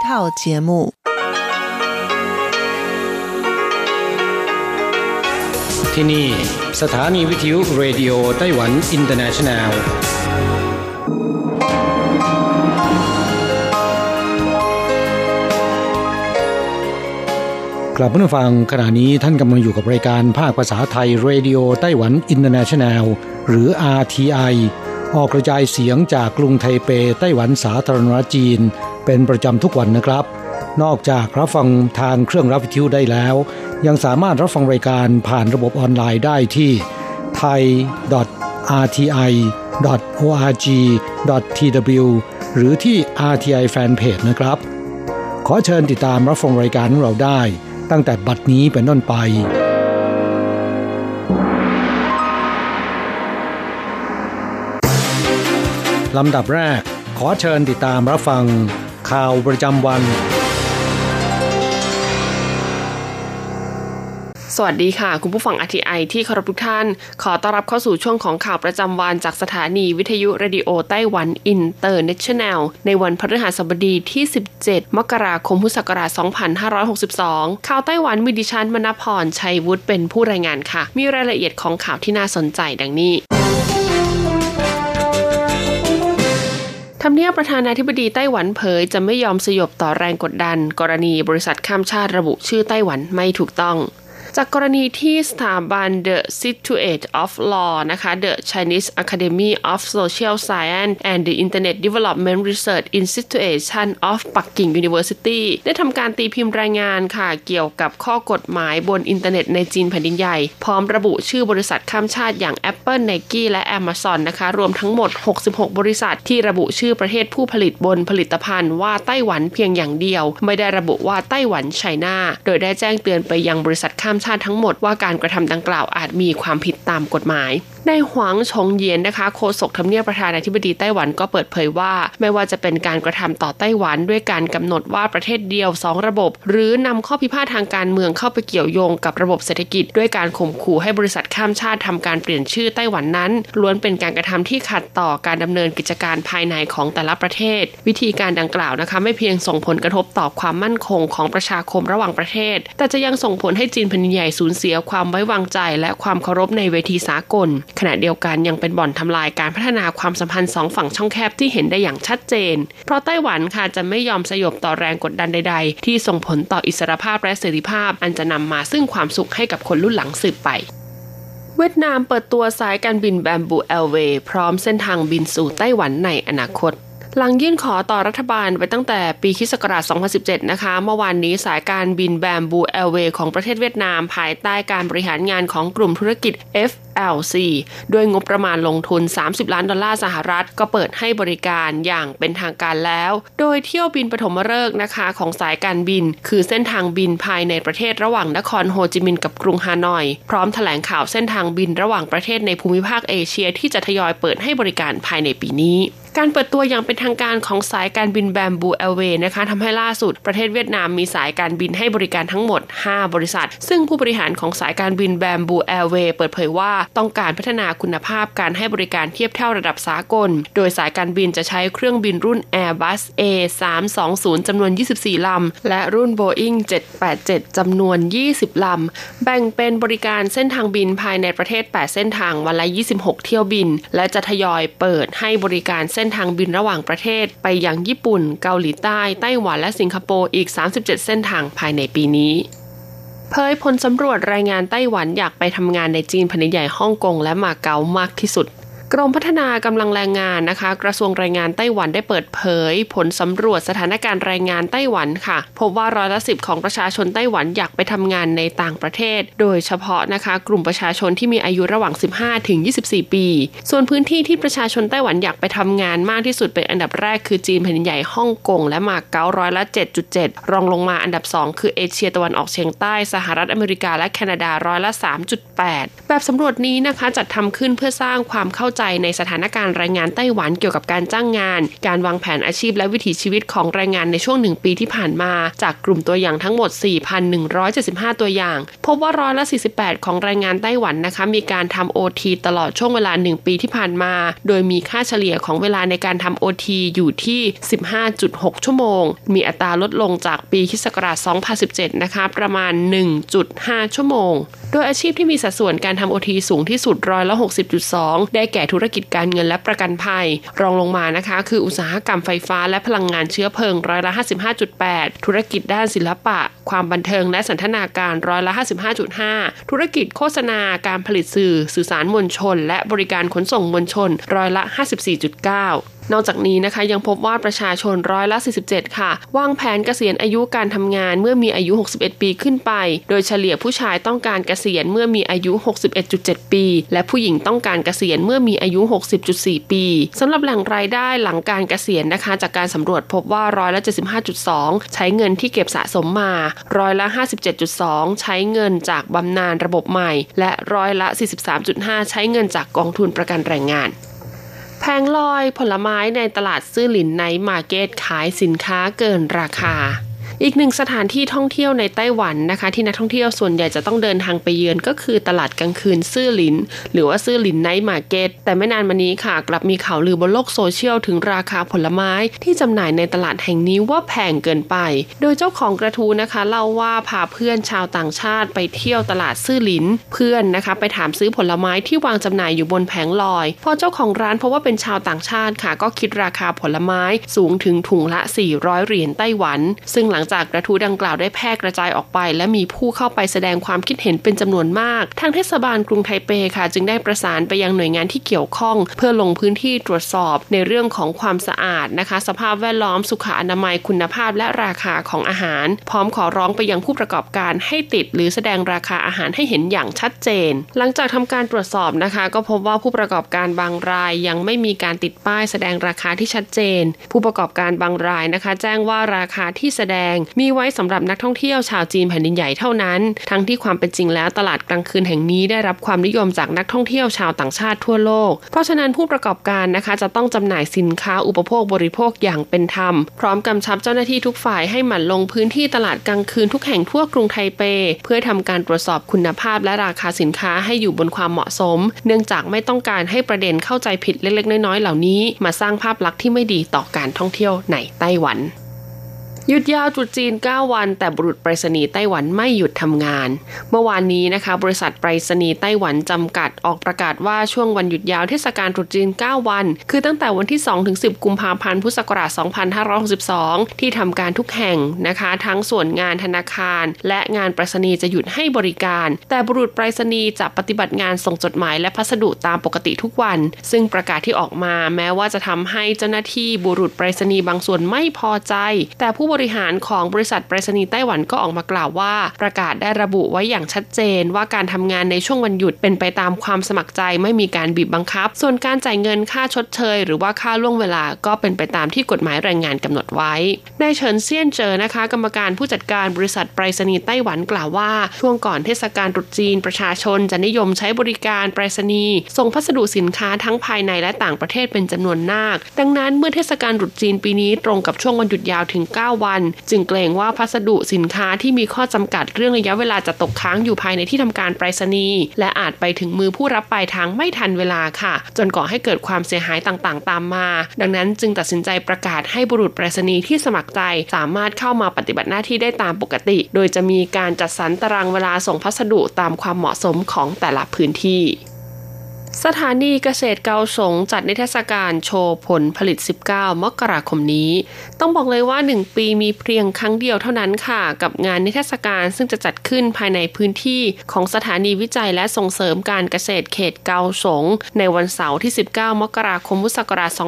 套节目。 ที่นี่สถานีวิทยุเรดิโอไต้หวันอินเตอร์เนชั่นแนลกลับมาฟังขณะนี้ท่านกำลังอยู่กับรายการภาคภาษาไทยเรดิโอไต้หวันอินเตอร์เนชั่นแนลหรือ RTI ออกกระจายเสียงจากกรุงไทเปไต้หวันสาธารณรัฐจีนเป็นประจำทุกวันนะครับนอกจากรับฟังทางเครื่องรับวิทยุได้แล้วยังสามารถรับฟังรายการผ่านระบบออนไลน์ได้ที่ thai.rti.org.tw หรือที่ RTI Fanpage นะครับขอเชิญติดตามรับฟังรายการของเราได้ตั้งแต่บัดนี้เป็นต้นไปลำดับแรกขอเชิญติดตามรับฟังข่าวประจำวันสวัสดีค่ะคุณผู้ฟัง RTI ที่เคารพทุกท่านขอต้อนรับเข้าสู่ช่วงของข่าวประจำวันจากสถานีวิทยุเรดิโอไต้หวันอินเตอร์เนชั่นแนลในวันพฤหัสบดีที่17มกราคมพุทธศักราช2562ข่าวไต้หวันมีดิฉันมณพรชัยวุฒิเป็นผู้รายงานค่ะมีรายละเอียดของข่าวที่น่าสนใจดังนี้ทำเนียบประธานาธิบดีไต้หวันเผยจะไม่ยอมสยบต่อแรงกดดันกรณีบริษัทข้ามชาติระบุชื่อไต้หวันไม่ถูกต้องจากกรณีที่สถาบัน The Institute of Law นะคะ The Chinese Academy of Social Science and the Internet Development Research Institution of Peking University ได้ทำการตีพิมพ์รายงานค่ะเกี่ยวกับข้อกฎหมายบนอินเทอร์เน็ตในจีนแผ่นดินใหญ่พร้อมระบุชื่อบริษัทข้ามชาติอย่าง Apple Nike และ Amazon นะคะรวมทั้งหมด66บริษัทที่ระบุชื่อประเทศผู้ผลิตบนผลิตภัณฑ์ว่าไต้หวันเพียงอย่างเดียวไม่ได้ระบุว่าไต้หวันไชน่าโดยได้แจ้งเตือนไปยังบริษัทข้ามชาติทั้งหมดว่าการกระทำดังกล่าวอาจมีความผิดตามกฎหมายนายหวังชงเยียนนะคะโฆษกทำเนียบประธานาธิบดีไต้หวันก็เปิดเผยว่าไม่ว่าจะเป็นการกระทำต่อไต้หวันด้วยการกำหนดว่าประเทศเดียว2ระบบหรือนำข้อพิพาททางการเมืองเข้าไปเกี่ยวโยงกับระบบเศรษฐกิจด้วยการข่มขู่ให้บริษัทข้ามชาติทำการเปลี่ยนชื่อไต้หวันนั้นล้วนเป็นการกระทำที่ขัดต่อการดำเนินกิจการภายในของแต่ละประเทศวิธีการดังกล่าวนะคะไม่เพียงส่งผลกระทบต่อความมั่นคงของประชาคมระหว่างประเทศแต่จะยังส่งผลให้จีนแผ่นดินใหญ่สูญเสียความไว้วางใจและความเคารพในเวทีสากลขณะเดียวกันยังเป็นบ่อนทำลายการพัฒนาความสัมพันธ์2ฝั่งช่องแคบที่เห็นได้อย่างชัดเจนเพราะไต้หวันค่ะจะไม่ยอมสยบต่อแรงกดดันใดๆที่ส่งผลต่ออิสรภาพและเสรีภาพอันจะนำมาซึ่งความสุขให้กับคนรุ่นหลังสืบไปเวียดนามเปิดตัวสายการบินแบมบูแอร์เวย์พร้อมเส้นทางบินสู่ไต้หวันในอนาคตหลังยื่นขอต่อรัฐบาลไปตั้งแต่ปีค.ศ. 2017นะคะเมื่อวานนี้สายการบินแบมบูแอร์เวย์ของประเทศเวียดนามภายใต้การบริหารงานของกลุ่มธุรกิจ FLC ด้วยงบประมาณลงทุน$30 ล้านก็เปิดให้บริการอย่างเป็นทางการแล้วโดยเที่ยวบินปฐมฤกษ์นะคะของสายการบินคือเส้นทางบินภายในประเทศระหว่างนครโฮจิมินห์กับกรุงฮานอยพร้อมแถลงข่าวเส้นทางบินระหว่างประเทศในภูมิภาคเอเชียที่จะทยอยเปิดให้บริการภายในปีนี้การเปิดตัวอย่างเป็นทางการของสายการบินแบมบูแอร์เวย์นะคะทำให้ล่าสุดประเทศเวียดนามมีสายการบินให้บริการทั้งหมด5บริษัทซึ่งผู้บริหารของสายการบินแบมบูแอร์เวย์เปิดเผยว่าต้องการพัฒนาคุณภาพการให้บริการเทียบเท่าระดับสากลโดยสายการบินจะใช้เครื่องบินรุ่น Airbus A320 จำนวน24ลำและรุ่น Boeing 787 จำนวน20ลำแบ่งเป็นบริการเส้นทางบินภายในประเทศ8เส้นทางวันละ26เที่ยวบินและจะทยอยเปิดให้บริการเส้นทางบินระหว่างประเทศไปยังญี่ปุ่นเกาหลีใต้ไต้หวันและสิงคโปร์อีก37เส้นทางภายในปีนี้เผยผลสำรวจรายงานไต้หวันอยากไปทำงานในจีนแผ่นดินใหญ่ฮ่องกงและมาเก๊ามากที่สุดกรมพัฒนากำลังแรงงานนะคะกระทรวงแรงงานไต้หวันได้เปิดเผยผลสำรวจสถานการณ์แรงงานไต้หวันค่ะพบว่า10%ของประชาชนไต้หวันอยากไปทำงานในต่างประเทศโดยเฉพาะนะคะกลุ่มประชาชนที่มีอายุระหว่าง15ถึง24ปีส่วนพื้นที่ที่ประชาชนไต้หวันอยากไปทำงานมากที่สุดเป็นอันดับแรกคือจีนแผ่นดินใหญ่ฮ่องกงและมาเก๊า7.7%รองลงมาอันดับ2คือเอเชียตะวันออกเฉียงใต้สหรัฐอเมริกาและแคนาดา3.8%แบบสำรวจนี้นะคะจัดทำขึ้นเพื่อสร้างความเข้าใจใจในสถานการณ์แรงงานไต้หวันเกี่ยวกับการจ้างงานการวางแผนอาชีพและวิถีชีวิตของแรงงานในช่วง1ปีที่ผ่านมาจากกลุ่มตัวอย่างทั้งหมด 4,175 ตัวอย่างพบว่า48%ของแรงงานไต้หวันนะคะมีการทำ OT ตลอดช่วงเวลา1ปีที่ผ่านมาโดยมีค่าเฉลี่ยของเวลาในการทำ OT อยู่ที่ 15.6 ชั่วโมงมีอัตราลดลงจากปีค.ศ. 2017นะคะประมาณ 1.5 ชั่วโมงโดยอาชีพที่มีสัดส่วนการทำ OT สูงที่สุด60.2% ได้แก่ธุรกิจการเงินและประกันภัยรองลงมานะคะคืออุตสาหกรรมไฟฟ้าและพลังงานเชื้อเพลิง55.8% ธุรกิจด้านศิลปะความบันเทิงและสันทนาการ55.5% ธุรกิจโฆษณาการผลิตสื่อสารมวลชนและบริการขนส่งมวลชน54.9%นอกจากนี้นะคะยังพบว่าประชาชน47%ค่ะวางแผนเกษียณอายุการทำงานเมื่อมีอายุ61ปีขึ้นไปโดยเฉลี่ยผู้ชายต้องการเกษียณเมื่อมีอายุ 61.7 ปีและผู้หญิงต้องการเกษียณเมื่อมีอายุ 60.4 ปีสำหรับแหล่งรายได้หลังการเกษียณนะคะจากการสำรวจพบว่า75.2% ใช้เงินที่เก็บสะสมมา57.2% ใช้เงินจากบำนาญระบบใหม่และ43.5% ใช้เงินจากกองทุนประกันแรงงานแผงลอยผลไม้ในตลาดซื่อหลินไนท์มาร์เก็ตขายสินค้าเกินราคาอีกหนึ่งสถานที่ท่องเที่ยวในไต้หวันนะคะที่นักท่องเที่ยวส่วนใหญ่จะต้องเดินทางไปเยือนก็คือตลาดกลางคืนซื่อหลินหรือว่าซื่อหลินไนท์มาร์เก็ตแต่ไม่นานมานี้ค่ะกลับมีข่าวลือบนโลกโซเชียลถึงราคาผลไม้ที่จำหน่ายในตลาดแห่งนี้ว่าแพงเกินไปโดยเจ้าของกระทู้นะคะเล่าว่าพาเพื่อนชาวต่างชาติไปเที่ยวตลาดซื่อหลินเพื่อนนะคะไปถามซื้อผลไม้ที่วางจำหน่ายอยู่บนแผงลอยพอเจ้าของร้านเพราะว่าเป็นชาวต่างชาติค่ะก็คิดราคาผลไม้สูงถึงถุงละ400เหรียญไต้หวันซึ่งหลังจากกระทู้ดังกล่าวได้แพร่กระจายออกไปและมีผู้เข้าไปแสดงความคิดเห็นเป็นจำนวนมากทางเทศบาลกรุงไทเปค่ะจึงได้ประสานไปยังหน่วยงานที่เกี่ยวข้องเพื่อลงพื้นที่ตรวจสอบในเรื่องของความสะอาดนะคะสภาพแวดล้อมสุขอนามัยคุณภาพและราคาของอาหารพร้อมขอร้องไปยังผู้ประกอบการให้ติดหรือแสดงราคาอาหารให้เห็นอย่างชัดเจนหลังจากทำการตรวจสอบนะคะก็พบว่าผู้ประกอบการบางรายยังไม่มีการติดป้ายแสดงราคาที่ชัดเจนผู้ประกอบการบางรายนะคะแจ้งว่าราคาที่แสดงมีไว้สำหรับนักท่องเที่ยวชาวจีนแผ่นดินใหญ่เท่านั้นทั้งที่ความเป็นจริงแล้วตลาดกลางคืนแห่งนี้ได้รับความนิยมจากนักท่องเที่ยวชาวต่างชาติทั่วโลกเพราะฉะนั้นผู้ประกอบการนะคะจะต้องจำหน่ายสินค้าอุปโภคบริโภคอย่างเป็นธรรมพร้อมกำชับเจ้าหน้าที่ทุกฝ่ายให้หมั่นลงพื้นที่ตลาดกลางคืนทุกแห่งทั่วกรุงไทเปเพื่อทำการตรวจสอบคุณภาพและราคาสินค้าให้อยู่บนความเหมาะสมเนื่องจากไม่ต้องการให้ประเด็นเข้าใจผิดเล็กๆน้อยๆเหล่านี้มาสร้างภาพลักษณ์ที่ไม่ดีต่อการท่องเที่ยวในไต้หวันหยุดยาวตรุษจีน9วันแต่บุรุษไปรษณีย์ไต้หวันไม่หยุดทำงานเมื่อวานนี้นะคะบริษัทไปรษณีย์ไต้หวันจำกัดออกประกาศว่าช่วงวันหยุดยาวเทศกาลตรุษจีน9วันคือตั้งแต่วันที่2ถึง10กุมภาพันธ์พุทธศักราช2562ที่ทำการทุกแห่งนะคะทั้งส่วนงานธนาคารและงานไปรษณีย์จะหยุดให้บริการแต่บุรุษไปรษณีย์จะปฏิบัติงานส่งจดหมายและพัสดุตามปกติทุกวันซึ่งประกาศที่ออกมาแม้ว่าจะทำให้เจ้าหน้าที่บุรุษไปรษณีย์บางส่วนไม่พอใจแต่ผู้บริหารของบริษัทไปรษณีย์ไต้หวันก็ออกมากล่าวว่าประกาศได้ระบุไว้อย่างชัดเจนว่าการทำงานในช่วงวันหยุดเป็นไปตามความสมัครใจไม่มีการบีบบังคับส่วนการจ่ายเงินค่าชดเชยหรือว่าค่าล่วงเวลาก็เป็นไปตามที่กฎหมายแรงงานกำหนดไว้นายเฉินเซี่ยนเจอนะคะกรรมการผู้จัดการบริษัทไปรษณีย์ไต้หวันกล่าวว่าช่วงก่อนเทศกาลตรุษจีนประชาชนจะนิยมใช้บริการไปรษณีย์ส่งพัสดุสินค้าทั้งภายในและต่างประเทศเป็นจำนวนมากดังนั้นเมื่อเทศกาลตรุษจีนปีนี้ตรงกับช่วงวันหยุดยาวถึง9วันจึงเกรงว่าพัสดุสินค้าที่มีข้อจำกัดเรื่องระยะเวลาจะตกค้างอยู่ภายในที่ทำการไปรษณีย์และอาจไปถึงมือผู้รับปลายทางไม่ทันเวลาค่ะจนก่อให้เกิดความเสียหายต่างๆตามมาดังนั้นจึงตัดสินใจประกาศให้บุรุษไปรษณีย์ที่สมัครใจสามารถเข้ามาปฏิบัติหน้าที่ได้ตามปกติโดยจะมีการจัดสรรตารางเวลาส่งพัสดุตามความเหมาะสมของแต่ละพื้นที่สถานีเกษตรเกาสงจัดนิทรรศการโชว์ผลผลิต19มกราคมนี้ต้องบอกเลยว่า1ปีมีเพียงครั้งเดียวเท่านั้นค่ะกับงานนิทรรศการซึ่งจะจัดขึ้นภายในพื้นที่ของสถานีวิจัยและส่งเสริมการเกษตรเขตเกาสงในวันเสาร์ที่19มกราคมพุทธศักราช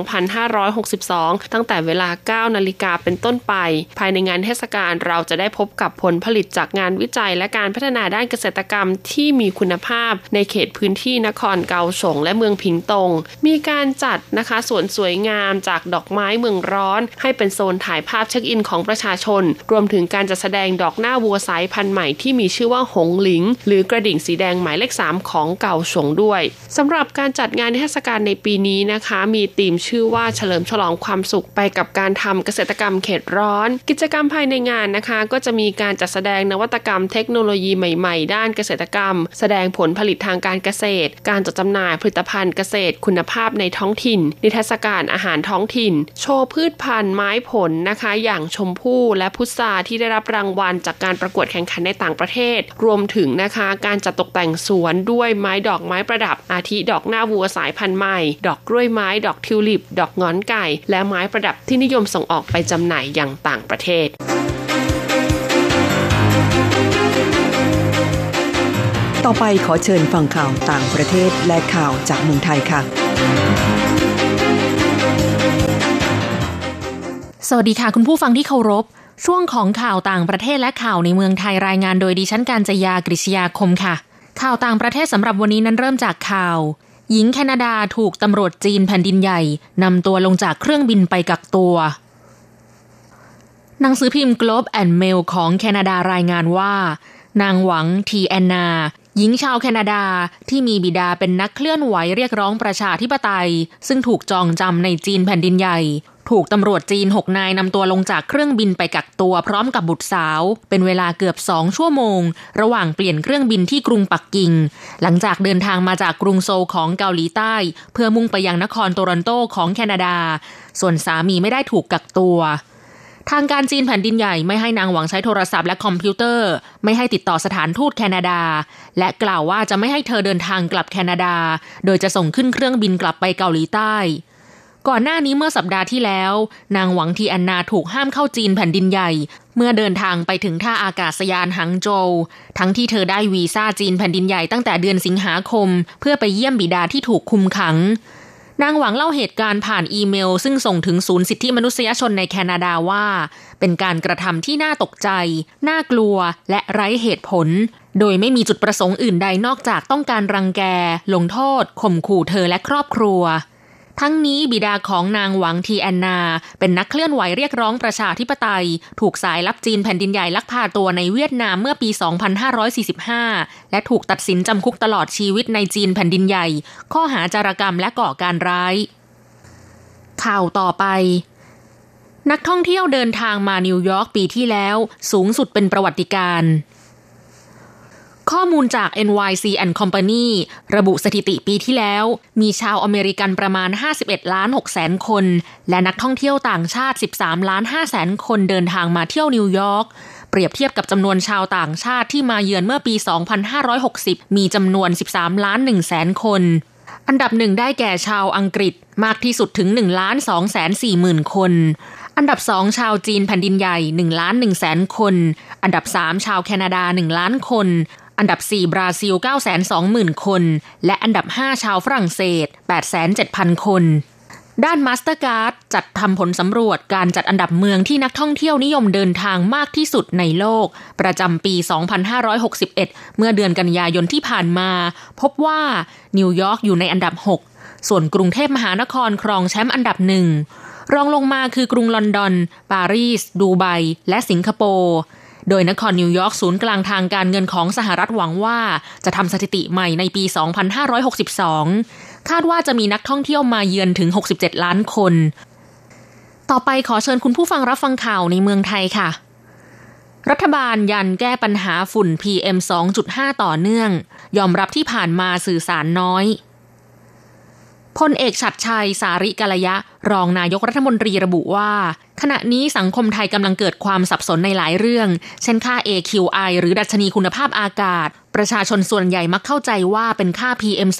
2562ตั้งแต่เวลา 9 นาฬิกาเป็นต้นไปภายในงานเทศกาลเราจะได้พบกับผลผลิตจากงานวิจัยและการพัฒนาด้านเกษตรกรรมที่มีคุณภาพในเขตพื้นที่นครเกาฉงและเมืองผิงตงมีการจัดนะคะสวนสวยงามจากดอกไม้เมืองร้อนให้เป็นโซนถ่ายภาพเช็คอินของประชาชนรวมถึงการจัดแสดงดอกหน้าวัวสายพันธุ์ใหม่ที่มีชื่อว่าหงหลิงหรือกระดิ่งสีแดงหมายเลข3ของเก่าฉงด้วยสำหรับการจัดงานเทศกาลในปีนี้นะคะมีธีมชื่อว่าเฉลิมฉลองความสุขไปกับการทำเกษตรกรรมเขตร้อนกิจกรรมภายในงานนะคะก็จะมีการจัดแสดงนวัตกรรมเทคโนโลยีใหม่ๆด้านเกษตรกรรมแสดงผลผลิตทางการเกษตรการจัดจำหน่ายผลิตภัณฑ์เกษตรคุณภาพในท้องถิ่นนิทรรศการอาหารท้องถิ่นโชว์พืชพันธุ์ไม้ผลนะคะอย่างชมพู่และพุทราที่ได้รับรางวัลจากการประกวดแข่งขันในต่างประเทศรวมถึงนะคะการจัดตกแต่งสวนด้วยไม้ดอกไม้ประดับอาทิดอกหน้าวัวสายพันธุ์ใหม่ดอกกล้วยไม้ดอกทิวลิปดอกงอนไก่และไม้ประดับที่นิยมส่งออกไปจำหน่ายอย่างต่างประเทศต่อไปขอเชิญฟังข่าวต่างประเทศและข่าวจากเมืองไทยค่ะสวัสดีค่ะคุณผู้ฟังที่เคารพช่วงของข่าวต่างประเทศและข่าวในเมืองไทยรายงานโดยดิฉันกาญจยากฤษยาคมค่ะข่าวต่างประเทศสำหรับวันนี้นั้นเริ่มจากข่าวหญิงแคนาดาถูกตำรวจจีนแผ่นดินใหญ่นำตัวลงจากเครื่องบินไปกักตัวหนังสือพิมพ์ Globe and Mail ของแคนาดารายงานว่านางหวังทีแอนนาหญิงชาวแคนาดาที่มีบิดาเป็นนักเคลื่อนไหวเรียกร้องประชาธิปไตยซึ่งถูกจองจำในจีนแผ่นดินใหญ่ถูกตำรวจจีน6นายนำตัวลงจากเครื่องบินไปกักตัวพร้อมกับบุตรสาวเป็นเวลาเกือบ2ชั่วโมงระหว่างเปลี่ยนเครื่องบินที่กรุงปักกิ่งหลังจากเดินทางมาจากกรุงโซลของเกาหลีใต้เพื่อมุ่งไปยังนครโตรอนโตของแคนาดาส่วนสามีไม่ได้ถูกกักตัวทางการจีนแผ่นดินใหญ่ไม่ให้นางหวังใช้โทรศัพท์และคอมพิวเตอร์ไม่ให้ติดต่อสถานทูตแคนาดาและกล่าวว่าจะไม่ให้เธอเดินทางกลับแคนาดาโดยจะส่งขึ้นเครื่องบินกลับไปเกาหลีใต้ก่อนหน้านี้เมื่อสัปดาห์ที่แล้วนางหวังทีแอนนาถูกห้ามเข้าจีนแผ่นดินใหญ่เมื่อเดินทางไปถึงท่าอากาศยานหังโจวทั้งที่เธอได้วีซ่าจีนแผ่นดินใหญ่ตั้งแต่เดือนสิงหาคมเพื่อไปเยี่ยมบิดาที่ถูกคุมขังนางหวังเล่าเหตุการณ์ผ่านอีเมลซึ่งส่งถึงศูนย์สิทธิมนุษยชนในแคนาดาว่าเป็นการกระทำที่น่าตกใจน่ากลัวและไร้เหตุผลโดยไม่มีจุดประสงค์อื่นใดนอกจากต้องการรังแกลงโทษข่มขู่เธอและครอบครัวทั้งนี้บิดาของนางหวังทีแอนนาเป็นนักเคลื่อนไหวเรียกร้องประชาธิปไตยถูกสายลับจีนแผ่นดินใหญ่ลักพาตัวในเวียดนามเมื่อปี 2545 และถูกตัดสินจำคุกตลอดชีวิตในจีนแผ่นดินใหญ่ข้อหาจารกรรมและก่อการร้ายข่าวต่อไปนักท่องเที่ยวเดินทางมานิวยอร์กปีที่แล้วสูงสุดเป็นประวัติการณ์ข้อมูลจาก NYC & Company ระบุสถิติปีที่แล้วมีชาวอเมริกันประมาณ 51.600,000 คนและนักท่องเที่ยวต่างชาติ 13.500,000 คนเดินทางมาเที่ยวนิวยอร์กเปรียบเทียบกับจำนวนชาวต่างชาติที่มาเยือนเมื่อปี 2560 มีจำนวน 13.100,000 คนอันดับหนึ่งได้แก่ชาวอังกฤษมากที่สุดถึง 1,240,000 คนอันดับ2ชาวจีนแผ่นดินใหญ่ 1,100,000 คนอันดับ3ชาวแคนาดา 1 ล้านคนอันดับ4บราซิล 920,000 คนและอันดับ5ชาวฝรั่งเศส 870,000 คนด้าน Mastercard จัดทำผลสำรวจการจัดอันดับเมืองที่นักท่องเที่ยวนิยมเดินทางมากที่สุดในโลกประจำปี 2561 เมื่อเดือนกันยายนที่ผ่านมาพบว่านิวยอร์กอยู่ในอันดับ6ส่วนกรุงเทพมหานครครองแชมป์อันดับ1รองลงมาคือกรุงลอนดอนปารีสดูไบและสิงคโปร์โดยนครนิวยอร์กศูนย์กลางทางการเงินของสหรัฐหวังว่าจะทำสถิติใหม่ในปี 2562 คาดว่าจะมีนักท่องเที่ยวมาเยือนถึง67ล้านคนต่อไปขอเชิญคุณผู้ฟังรับฟังข่าวในเมืองไทยค่ะรัฐบาลยันแก้ปัญหาฝุ่น PM 2.5 ต่อเนื่องยอมรับที่ผ่านมาสื่อสารน้อยพลเอกฉัตรชัยสาริกัลยะรองนายกรัฐมนตรีระบุว่าขณะนี้สังคมไทยกำลังเกิดความสับสนในหลายเรื่องเช่นค่า AQI หรือดัชนีคุณภาพอากาศประชาชนส่วนใหญ่มักเข้าใจว่าเป็นค่า PM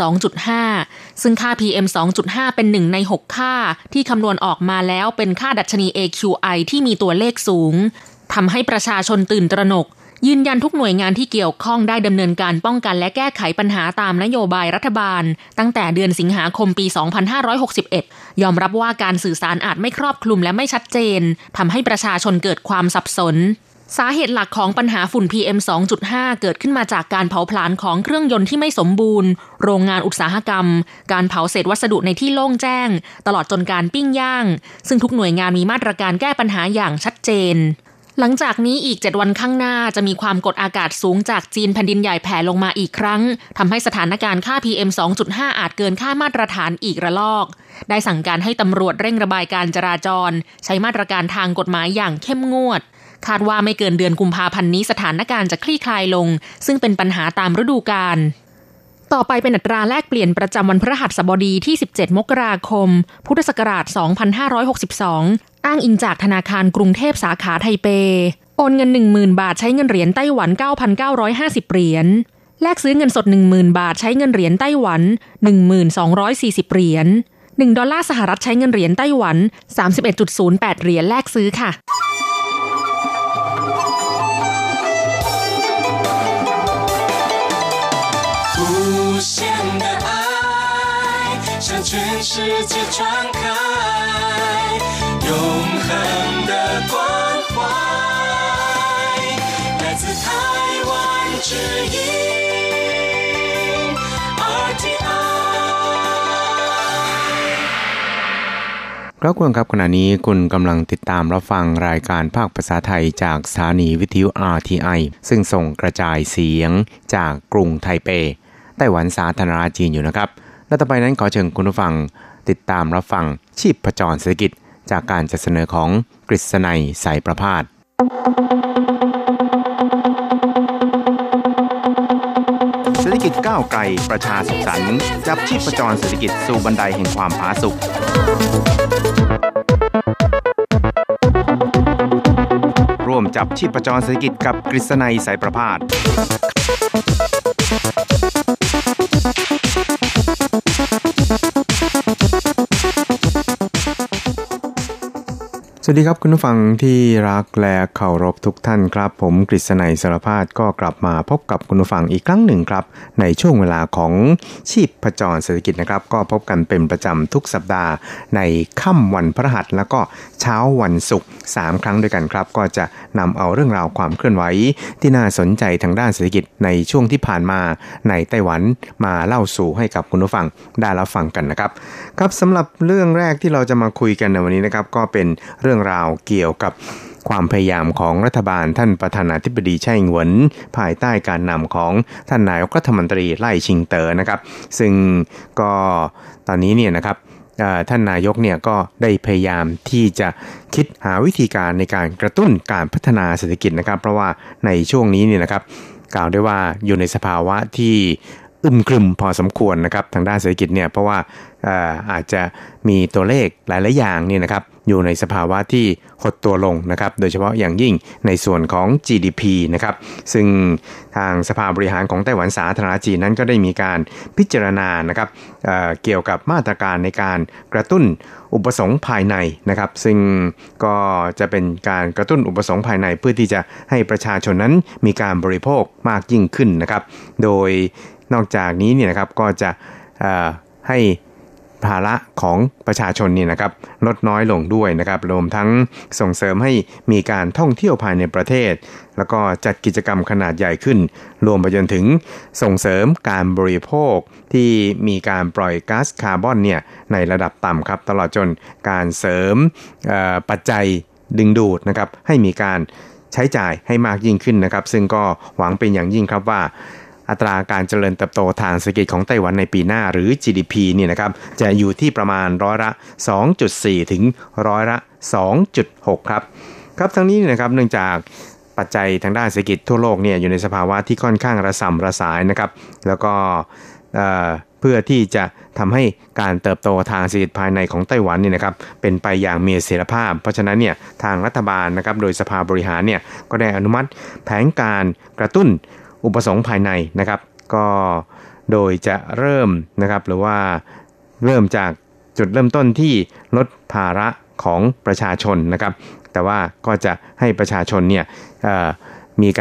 2.5 ซึ่งค่า PM 2.5 เป็น1ใน6ค่าที่คำนวณออกมาแล้วเป็นค่าดัชนี AQI ที่มีตัวเลขสูงทำให้ประชาชนตื่นตระหนกยืนยันทุกหน่วยงานที่เกี่ยวข้องได้ดำเนินการป้องกันและแก้ไขปัญหาตามนโยบายรัฐบาลตั้งแต่เดือนสิงหาคมปี 2561 ยอมรับว่าการสื่อสารอาจไม่ครอบคลุมและไม่ชัดเจนทำให้ประชาชนเกิดความสับสนสาเหตุหลักของปัญหาฝุ่น PM 2.5 เกิดขึ้นมาจากการเผาผลาญของเครื่องยนต์ที่ไม่สมบูรณ์โรงงานอุตสาหกรรมการเผาเศษวัสดุในที่โล่งแจ้งตลอดจนการปิ้งย่างซึ่งทุกหน่วยงานมีมาตรการแก้ปัญหาอย่างชัดเจนหลังจากนี้อีก7วันข้างหน้าจะมีความกดอากาศสูงจากจีนแผ่นดินใหญ่แผ่ลงมาอีกครั้งทำให้สถานการณ์ค่า PM 2.5 อาจเกินค่ามาตรฐานอีกระลอกได้สั่งการให้ตำรวจเร่งระบายการจราจรใช้มาตรการทางกฎหมายอย่างเข้มงวดคาดว่าไม่เกินเดือนกุมภาพันธ์นี้สถานการณ์จะคลี่คลายลงซึ่งเป็นปัญหาตามฤดูกาลต่อไปเป็นอัตราแลกเปลี่ยนประจำวันพฤหัสบดีที่17มกราคมพุทธศักราช2562อ้างอิงจากธนาคารกรุงเทพสาขาไทเปโอนเงิน 10,000 บาทใช้เงินเหรียญไต้หวัน 9,950 เหรียญแลกซื้อเงินสด 10,000 บาทใช้เงินเหรียญไต้หวัน 1240 เหรียญ1ดอลลาร์สหรัฐใช้เงินเหรียญไต้หวัน 31.08 เหรียญแลกซื้อค่ะ向全世界传开永恒的关怀来自台湾之音 RTI ครับคุณครับขณะนี้คุณกำลังติดตามรับฟังรายการภาคภาษาไทยจากสถานีวิทยุ RTI ซึ่งส่งกระจายเสียงจากกรุงไทเปไต้หวันสาธารณรัฐจีนอยู่นะครับและต่อไปนั้นขอเชิญคุณผู้ฟังติดตามรับฟังชีพจรเศรษฐกิจจากการจัดเสนอของกฤษณัยสายประภาสเศรษฐกิจก้าวไกลประชาสุขสันต์จับชีพจรเศรษฐกิจสู่บันไดแห่งความผาสุกร่วมจับชีพจรเศรษฐกิจกับกฤษณัยสายประภาสสวัสดีครับคุณผู้ฟังที่รักและเคารพทุกท่านครับผมกฤษณัยสารพาสก็กลับมาพบกับคุณผู้ฟังอีกครั้งหนึ่งครับในช่วงเวลาของชีพจรเศรษฐกิจนะครับก็พบกันเป็นประจำทุกสัปดาห์ในค่ำวันพฤหัสแล้วก็เช้าวันศุกร์3ครั้งด้วยกันครับก็จะนำเอาเรื่องราวความเคลื่อนไหวที่น่าสนใจทางด้านเศรษฐกิจในช่วงที่ผ่านมาในไต้หวันมาเล่าสู่ให้กับคุณผู้ฟังได้รับฟังกันนะครับครับสำหรับเรื่องแรกที่เราจะมาคุยกันในวันนี้นะครับก็เป็นเรื่องราวเกี่ยวกับความพยายามของรัฐบาลท่านประธานาธิบดีไช่อิงเหวินภายใต้การนำของท่านนายกรัฐมนตรีไล่ชิงเต๋อนะครับซึ่งก็ตอนนี้เนี่ยนะครับท่านนายกเนี่ยก็ได้พยายามที่จะคิดหาวิธีการในการกระตุ้นการพัฒนาเศรษฐกิจนะครับเพราะว่าในช่วงนี้เนี่ยนะครับกล่าวได้ว่าอยู่ในสภาวะที่อึมครึมพอสมควรนะครับทางด้านเศรษฐกิจเนี่ยเพราะว่าอาจจะมีตัวเลขหลายๆอย่างเนี่ยนะครับอยู่ในสภาวะที่หดตัวลงนะครับโดยเฉพาะอย่างยิ่งในส่วนของ GDP นะครับซึ่งทางสภาบริหารของไต้หวันสาธารณรัฐจีนนั้นก็ได้มีการพิจารณานะครับเกี่ยวกับมาตรการในการกระตุ้นอุปสงค์ภายในนะครับซึ่งก็จะเป็นการกระตุ้นอุปสงค์ภายในเพื่อที่จะให้ประชาชนนั้นมีการบริโภคมากยิ่งขึ้นนะครับโดยนอกจากนี้เนี่ยนะครับก็จะให้ภาระของประชาชนนี่นะครับลดน้อยลงด้วยนะครับรวมทั้งส่งเสริมให้มีการท่องเที่ยวภายในประเทศแล้วก็จัดกิจกรรมขนาดใหญ่ขึ้นรวมไปจนถึงส่งเสริมการบริโภคที่มีการปล่อยก๊าซคาร์บอนเนี่ยในระดับต่ำครับตลอดจนการเสริมปัจจัยดึงดูดนะครับให้มีการใช้จ่ายให้มากยิ่งขึ้นนะครับซึ่งก็หวังเป็นอย่างยิ่งครับว่าอัตราการเจริญเติบโตทางเศรษฐกิจของไต้หวันในปีหน้าหรือ GDP เนี่ยนะครับจะอยู่ที่ประมาณร้อยละ 2.4 ถึงร้อยละ 2.6 ครับครับทั้งนี้นะครับเนื่องจากปัจจัยทางด้านเศรษฐกิจทั่วโลกเนี่ยอยู่ในสภาวะที่ค่อนข้างระส่ำระสายนะครับแล้วก็เพื่อที่จะทำให้การเติบโตทางเศรษฐกิจภายในของไต้หวันเนี่ยนะครับเป็นไปอย่างมีเสถียรภาพเพราะฉะนั้นเนี่ยทางรัฐบาลนะครับโดยสภาบริหารเนี่ยก็ได้อนุมัติแผนการกระตุ้นอุปสงค์ภายในนะครับก็โดยจะเริ่มนะครับหรือว่าเริ่มจากจุดเริ่มต้นที่ลดภาระของประชาชนนะครับแต่ว่าก็จะให้ประชาชนเนี่ยมีการ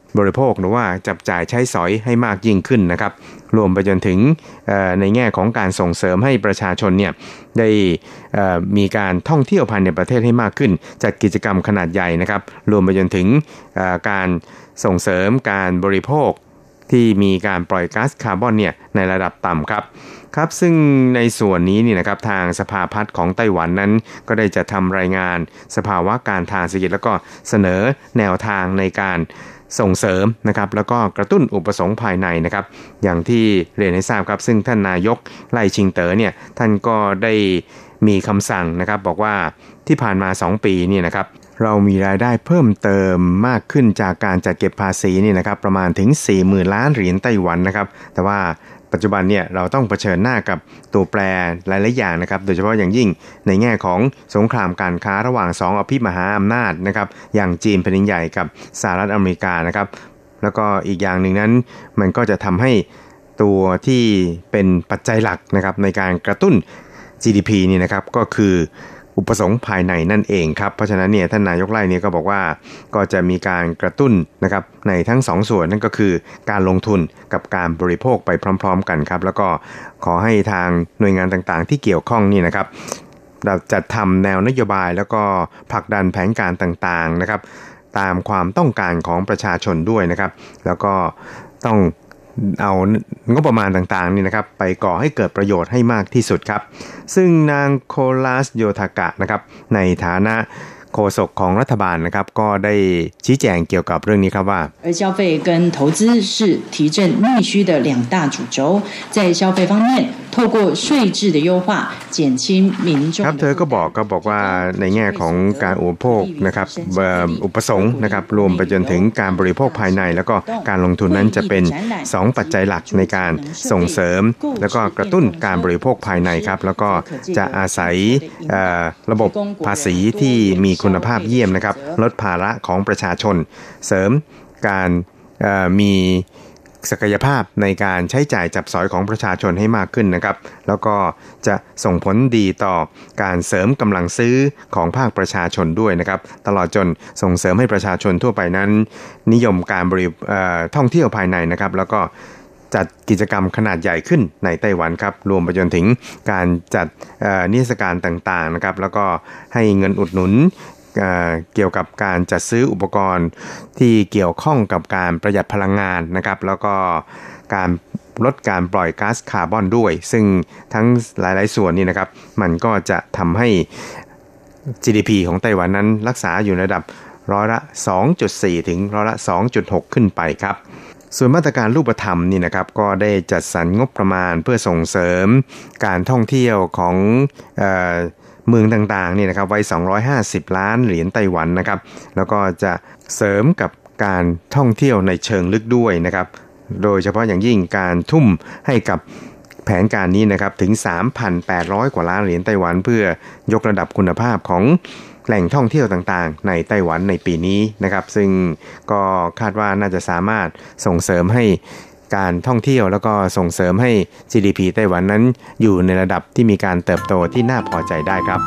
บริโภคหรือว่าจับจ่ายใช้สอยให้มากยิ่งขึ้นนะครับรวมไปจนถึงในแง่ของการส่งเสริมให้ประชาชนเนี่ยได้มีการท่องเที่ยวภายในประเทศให้มากขึ้นจัดกิจกรรมขนาดใหญ่นะครับรวมไปจนถึงการส่งเสริมการบริโภคที่มีการปล่อยก๊าซคาร์บอนเนี่ยในระดับต่ำครับซึ่งในส่วนนี้นี่นะครับทางสภาพัฒน์ของไต้หวันนั้นก็ได้จะทำรายงานสภาวะการทางเศรษฐกิจแล้วก็เสนอแนวทางในการส่งเสริมนะครับแล้วก็กระตุ้นอุปสงค์ภายในนะครับอย่างที่เรียนให้ทราบครับซึ่งท่านนายกไล่ชิงเต๋อเนี่ยท่านก็ได้มีคำสั่งนะครับบอกว่าที่ผ่านมา2ปีนี่นะครับเรามีรายได้เพิ่มเติมมากขึ้นจากการจัดเก็บภาษีนี่นะครับประมาณถึง 40,000 ล้านเหรียญไต้หวันนะครับแต่ว่าปัจจุบันเนี่ยเราต้องเผชิญหน้ากับตัวแปรหลายๆอย่างนะครับโดยเฉพาะอย่างยิ่งในแง่ของสงครามการค้าระหว่าง2อภิมหาอำนาจนะครับอย่างจีนแผ่นดินใหญ่กับสหรัฐอเมริกานะครับแล้วก็อีกอย่างหนึ่งนั้นมันก็จะทำให้ตัวที่เป็นปัจจัยหลักนะครับในการกระตุ้น GDP นี่นะครับก็คืออุปสงค์ภายในนั่นเองครับเพราะฉะนั้นเนี่ยท่านนายกไล่เนี่ยก็บอกว่าก็จะมีการกระตุ้นนะครับในทั้ง2ส่วนนั่นก็คือการลงทุนกับการบริโภคไปพร้อมๆกันครับแล้วก็ขอให้ทางหน่วยงานต่างๆที่เกี่ยวข้องนี่นะครับจัดทำแนวนโยบายแล้วก็ผลักดันแผนการต่างๆนะครับตามความต้องการของประชาชนด้วยนะครับแล้วก็ต้องเอางบประมาณต่างๆนี่นะครับไปก่อให้เกิดประโยชน์ให้มากที่สุดครับซึ่งนางโคลัสโยทากะนะครับในฐานะโฆษกของรัฐบาลนะครับก็ได้ชี้แจงเกี่ยวกับเรื่องนี้ครับว่า消费跟投资是提振内需的两大主轴在消费方面透过税制的优化减轻民众ครับเธอก็บอกว่าในแง่ของการอุปโภคนะครับอุปสงค์นะครับรวมไปจนถึงการบริโภคภายในแล้วก็การลงทุนนั้นจะเป็น2ปัจจัยหลักในการส่งเสริมแล้วก็กระตุ้นการบริโภคภายในครับแล้วก็จะอาศัยระบบภาษีที่มีคุณภาพเยี่ยมนะครับลดภาระของประชาชนเสริมการมีศักยภาพในการใช้จ่ายจับสอยของประชาชนให้มากขึ้นนะครับแล้วก็จะส่งผลดีต่อการเสริมกำลังซื้อของภาคประชาชนด้วยนะครับตลอดจนส่งเสริมให้ประชาชนทั่วไปนั้นนิยมการท่องเที่ยวภายในนะครับแล้วก็จัดกิจกรรมขนาดใหญ่ขึ้นในไต้หวันครับรวมไปจนถึงการจัดนิทรรศการต่างๆนะครับแล้วก็ให้เงินอุดหนุนเกี่ยวกับการจัดซื้ออุปกรณ์ที่เกี่ยวข้องกับการประหยัดพลังงานนะครับแล้วก็การลดการปล่อยก๊าซคาร์บอนด้วยซึ่งทั้งหลายๆส่วนนี่นะครับมันก็จะทำให้ GDP ของไต้หวันนั้นรักษาอยู่ในระดับร้อยละ 2.4 ถึงร้อยละ 2.6 ขึ้นไปครับส่วนมาตรการรูปธรรมนี่นะครับก็ได้จัดสรรงบประมาณเพื่อส่งเสริมการท่องเที่ยวของเมืองต่างๆนี่นะครับไว้250ล้านเหรียญไต้หวันนะครับแล้วก็จะเสริมกับการท่องเที่ยวในเชิงลึกด้วยนะครับโดยเฉพาะอย่างยิ่งการทุ่มให้กับแผนการนี้นะครับถึง 3,800 กว่าล้านเหรียญไต้หวันเพื่อยกระดับคุณภาพของแหล่งท่องเที่ยวต่างๆในไต้หวันในปีนี้นะครับซึ่งก็คาดว่าน่าจะสามารถส่งเสริมให้การท่องเที่ยวแล้วก็ส่งเสริมให้ GDP ไต้หวันนั้นอยู่ในระดับที่มีการเติบโตที่น่าพอใจได้ครับ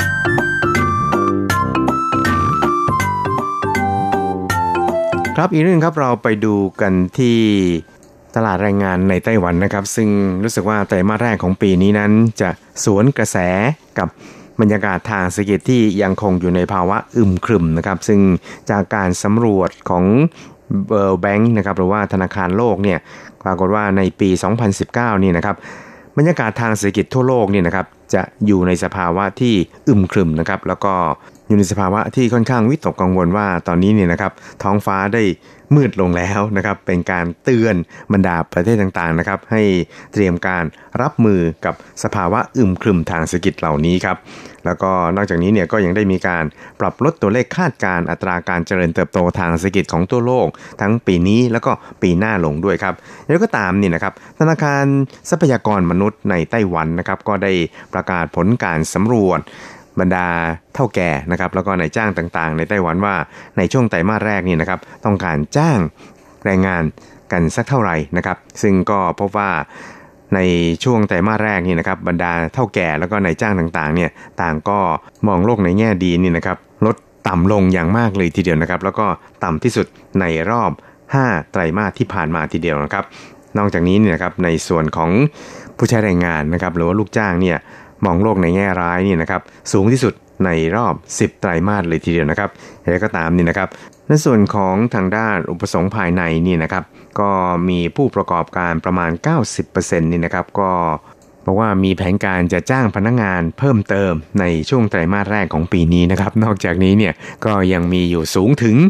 ครับอีกเรื่องครับเราไปดูกันที่ตลาดแรงงานในไต้หวันนะครับซึ่งรู้สึกว่าไตรมาสแรกของปีนี้นั้นจะสวนกระแสกับบรรยากาศทางเศรษฐกิจที่ยังคงอยู่ในภาวะอึมครึมนะครับซึ่งจากการสำรวจของWorld Bank นะครับหรือว่าธนาคารโลกเนี่ยปรากฏว่าในปี 2019 นี่นะครับบรรยากาศทางเศรษฐกิจทั่วโลกนี่นะครับจะอยู่ในสภาวะที่อึมครึมนะครับแล้วก็อยู่ในสภาวะที่ค่อนข้างวิตกกังวลว่าตอนนี้เนี่ยนะครับท้องฟ้าได้มืดลงแล้วนะครับเป็นการเตือนบรรดาประเทศต่างๆนะครับให้เตรียมการรับมือกับสภาวะอึมครึมทางเศรษฐกิจเหล่านี้ครับแล้วก็นอกจากนี้เนี่ยก็ยังได้มีการปรับลดตัวเลขคาดการณ์อัตราการเจริญเติบโตทางเศรษฐกิจของทั่วโลกทั้งปีนี้แล้วก็ปีหน้าลงด้วยครับแล้วก็ตามนี่นะครับธนาคารทรัพยากรมนุษย์ในไต้หวันนะครับก็ได้ประกาศผลการสำรวจบรรดาเฒ่าแก่นะครับแล้วก็นายจ้างต่างๆในไต้หวันว่าในช่วงไตรมาสแรกนี่นะครับต้องการจ้างแรงงานกันสักเท่าไหร่นะครับซึ่งก็พบว่าในช่วงไตรมาสแรกนี่นะครับบรรดาเฒ่าแก่แล้วก็นายจ้างต่างๆเนี่ยต่างก็มองโลกในแง่ดีนี่นะครับลดต่ำลงอย่างมากเลยทีเดียวนะครับแล้วก็ต่ำที่สุดในรอบ 5ไตรมาสที่ผ่านมาทีเดียวนะครับนอกจากนี้เนี่ยนะครับในส่วนของผู้ใช้แรงงานนะครับหรือว่าลูกจ้างเนี่ยมองโลกในแง่ร้ายนี่นะครับสูงที่สุดในรอบ10ไตรมาสเลยทีเดียวนะครับอย่างไรก็ตามนี่นะครับในส่วนของทางด้านอุปสงค์ภายในนี่นะครับก็มีผู้ประกอบการประมาณ 90% นี่นะครับก็บอกว่ามีแผนการจะจ้างพนักงานเพิ่มเติมในช่วงไตรมาสแรกของปีนี้นะครับนอกจากนี้เนี่ยก็ยังมีอยู่สูงถึง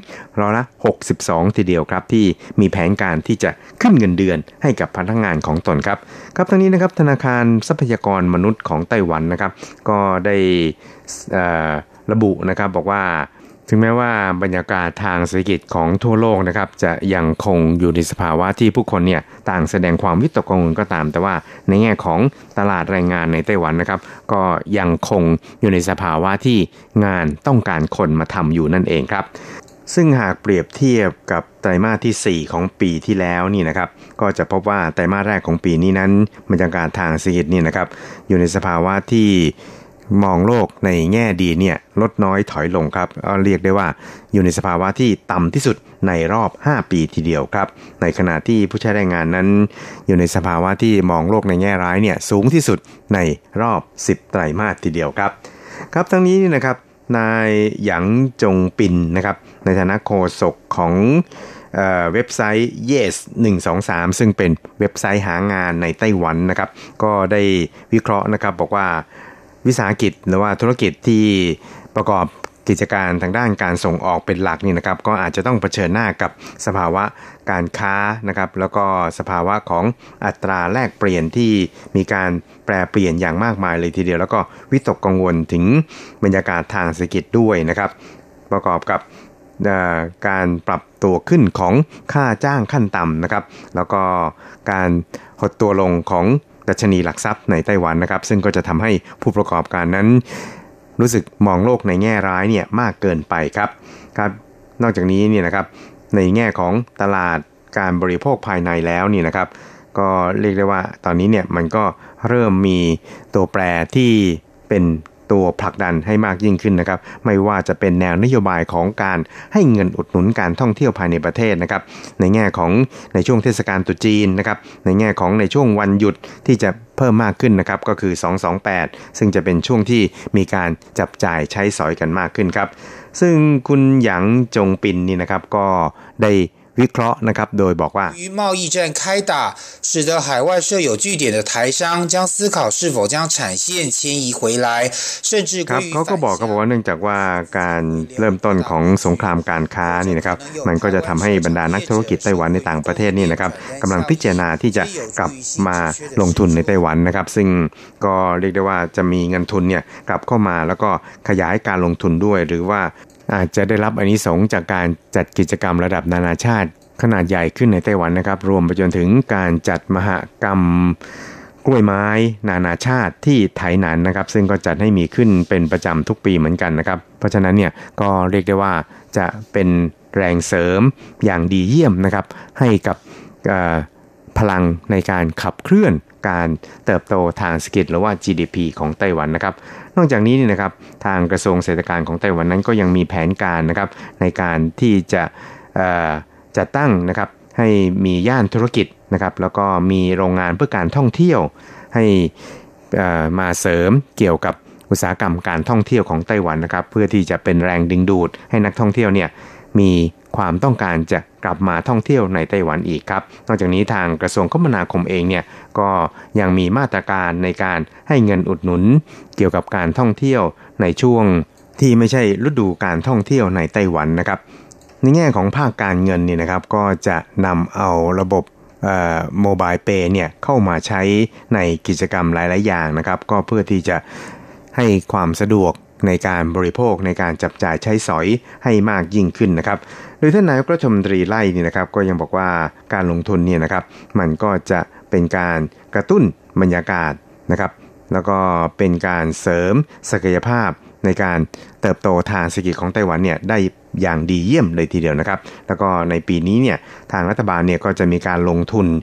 62%ทีเดียวครับที่มีแผนการที่จะขึ้นเงินเดือนให้กับพนักงานของตนครับครับทั้งนี้นะครับธนาคารทรัพยากรมนุษย์ของไต้หวันนะครับก็ได้ระบุนะครับบอกว่าถึงแม้ว่าบรรยากาศทางเศรษฐกิจของทั่วโลกนะครับจะยังคงอยู่ในสภาวะที่ผู้คนเนี่ยต่างแสดงความวิตกกังวลก็ตามแต่ว่าในแง่ของตลาดแรงงานในไต้หวันนะครับก็ยังคงอยู่ในสภาวะที่งานต้องการคนมาทำอยู่นั่นเองครับซึ่งหากเปรียบเทียบกับไตรมาสที่4ของปีที่แล้วนี่นะครับก็จะพบว่าไตรมาสแรกของปีนี้นั้นบรรยากาศทางเศรษฐกิจนี่นะครับอยู่ในสภาวะที่มองโลกในแง่ดีเนี่ยลดน้อยถอยลงครับเรียกได้ว่าอยู่ในสภาวะที่ต่ำที่สุดในรอบ5ปีทีเดียวครับในขณะที่ผู้ใช้แรงงานนั้นอยู่ในสภาวะที่มองโลกในแง่ร้ายเนี่ยสูงที่สุดในรอบ10ไตรมาสทีเดียวครับครับทั้งนี้นะครับนายหยางจงปินนะครับในฐานะโฆษกของเว็บไซต์ Yes 123ซึ่งเป็นเว็บไซต์หางานในไต้หวันนะครับก็ได้วิเคราะห์นะครับบอกว่าวิสาหกิจหรือว่าธุรกิจที่ประกอบกิจการทางด้านการส่งออกเป็นหลักนี่นะครับก็อาจจะต้องเผชิญหน้ากับสภาวะการค้านะครับแล้วก็สภาวะของอัตราแลกเปลี่ยนที่มีการแปรเปลี่ยนอย่างมากมายเลยทีเดียวแล้วก็วิตกกังวลถึงบรรยากาศทางเศรษฐกิจด้วยนะครับประกอบกับการปรับตัวขึ้นของค่าจ้างขั้นต่ำนะครับแล้วก็การหดตัวลงของดัชนีหลักทรัพย์ในไต้หวันนะครับซึ่งก็จะทำให้ผู้ประกอบการนั้นรู้สึกมองโลกในแง่ร้ายเนี่ยมากเกินไปครับนอกจากนี้เนี่ยนะครับในแง่ของตลาดการบริโภคภายในแล้วนี่นะครับก็เรียกได้ว่าตอนนี้เนี่ยมันก็เริ่มมีตัวแปรที่เป็นตัวผลักดันให้มากยิ่งขึ้นนะครับไม่ว่าจะเป็นแนวนโยบายของการให้เงินอุดหนุนการท่องเที่ยวภายในประเทศนะครับในแง่ของในช่วงเทศกาลตรุษจีนนะครับในแง่ของในช่วงวันหยุดที่จะเพิ่มมากขึ้นนะครับก็คือ228ซึ่งจะเป็นช่วงที่มีการจับจ่ายใช้สอยกันมากขึ้นครับซึ่งคุณหยางจงปินนี่นะครับก็ได้วิเคราะห์นะครับโดยบอกว่า贸易战开打使得海外设有据点的台商将思考是否将产线迁移回来甚至ครับเขาก็บอกว่าเนื่องจากว่าการเริ่มต้นของสงครามการค้านี่นะครับมันก็จะทำให้บรรดานักธุรกิจไต้หวันในต่างประเทศนี่นะครับกำลังพิจารณาที่จะกลับมาลงทุนในไต้หวันนะครับซึ่งก็เรียกได้ว่าจะมีเงินทุนเนี่ยกลับเข้ามาแล้วก็ขยายการลงทุนด้วยหรือว่าอาจจะได้รับอานิสงส์จากการจัดกิจกรรมระดับนานาชาติขนาดใหญ่ขึ้นในไต้หวันนะครับรวมไปจนถึงการจัดมหกรรมกล้วยไม้นานาชาติที่ไถหนานนะครับซึ่งก็จัดให้มีขึ้นเป็นประจำทุกปีเหมือนกันนะครับเพราะฉะนั้นเนี่ยก็เรียกได้ว่าจะเป็นแรงเสริมอย่างดีเยี่ยมนะครับให้กับพลังในการขับเคลื่อนการเติบโตทางเศรษฐกิจหรือว่า GDP ของไต้หวันนะครับนอกจากนี้นี่นะครับทางกระทรวงเศรษฐกิจของไต้หวันนั้นก็ยังมีแผนการนะครับในการที่จะจัดตั้งนะครับให้มีย่านธุรกิจนะครับแล้วก็มีโรงงานเพื่อการท่องเที่ยวให้มาเสริมเกี่ยวกับอุตสาหกรรมการท่องเที่ยวของไต้หวันนะครับเพื่อที่จะเป็นแรงดึงดูดให้นักท่องเที่ยวเนี่ยมีความต้องการจะกลับมาท่องเที่ยวในไต้หวันอีกครับนอกจากนี้ทางกระทรวงคมนาคมเองเนี่ยก็ยังมีมาตรการในการให้เงินอุดหนุนเกี่ยวกับการท่องเที่ยวในช่วงที่ไม่ใช่ฤดูการท่องเที่ยวในไต้หวันนะครับในแง่ของภาคการเงินนี่นะครับก็จะนำเอาระบบโมบายเปย์เนี่ยเข้ามาใช้ในกิจกรรมหลายๆอย่างนะครับก็เพื่อที่จะให้ความสะดวกในการบริโภคในการจับจ่ายใช้สอยให้มากยิ่งขึ้นนะครับโดยท่านนายกรัฐมนตรีไล่นี่นะครับก็ยังบอกว่าการลงทุนเนี่ยนะครับมันก็จะเป็นการกระตุ้นบรรยากาศนะครับแล้วก็เป็นการเสริมศักยภาพในการเติบโตทางเศรษฐกิจของไต้หวันเนี่ยได้อย่างดีเยี่ยมเลยทีเดียวนะครับแล้วก็ในปีนี้เนี่ยทางรัฐบาลเนี่ยก็จะมีการลงทุน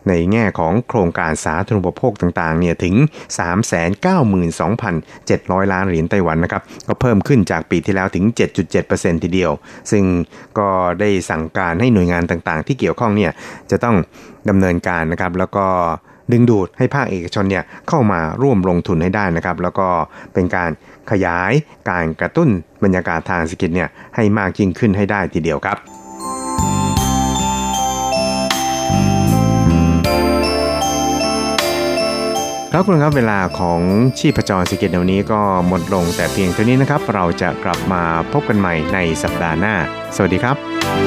ในแง่ของโครงการสาธารณูปโภคต่างๆเนี่ยถึง 392,700 ล้านเหรียญไต้หวันนะครับก็เพิ่มขึ้นจากปีที่แล้วถึง 7.7% ทีเดียวซึ่งก็ได้สั่งการให้หน่วยงานต่างๆที่เกี่ยวข้องเนี่ยจะต้องดำเนินการนะครับแล้วก็ดึงดูดให้ภาคเอกชนเนี่ยเข้ามาร่วมลงทุนให้ได้นะครับแล้วก็เป็นการขยายการกระตุ้นบรรยากาศทางเศรษฐกิจเนี่ยให้มากยิ่งขึ้นให้ได้ทีเดียวครับครับคุณครับเวลาของชีพจรเศรษฐกิจในวันนี้ก็หมดลงแต่เพียงเท่านี้นะครับเราจะกลับมาพบกันใหม่ในสัปดาห์หน้าสวัสดีครับ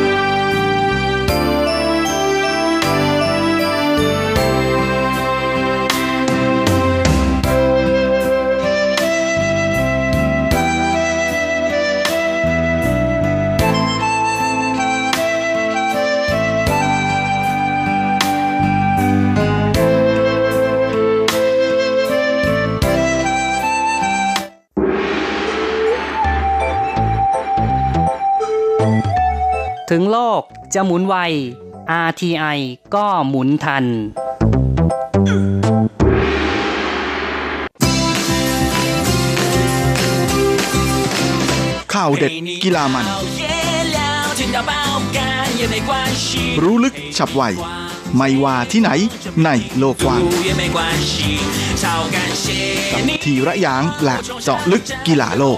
ถึงโลกจะหมุนไว RTI ก็หมุนทันข่าวเด็ดกีฬามันรู้ลึกฉับไวไม่ว่าที่ไหนในโลกกว้างกับทีระยางและเจาะลึกกีฬาโลก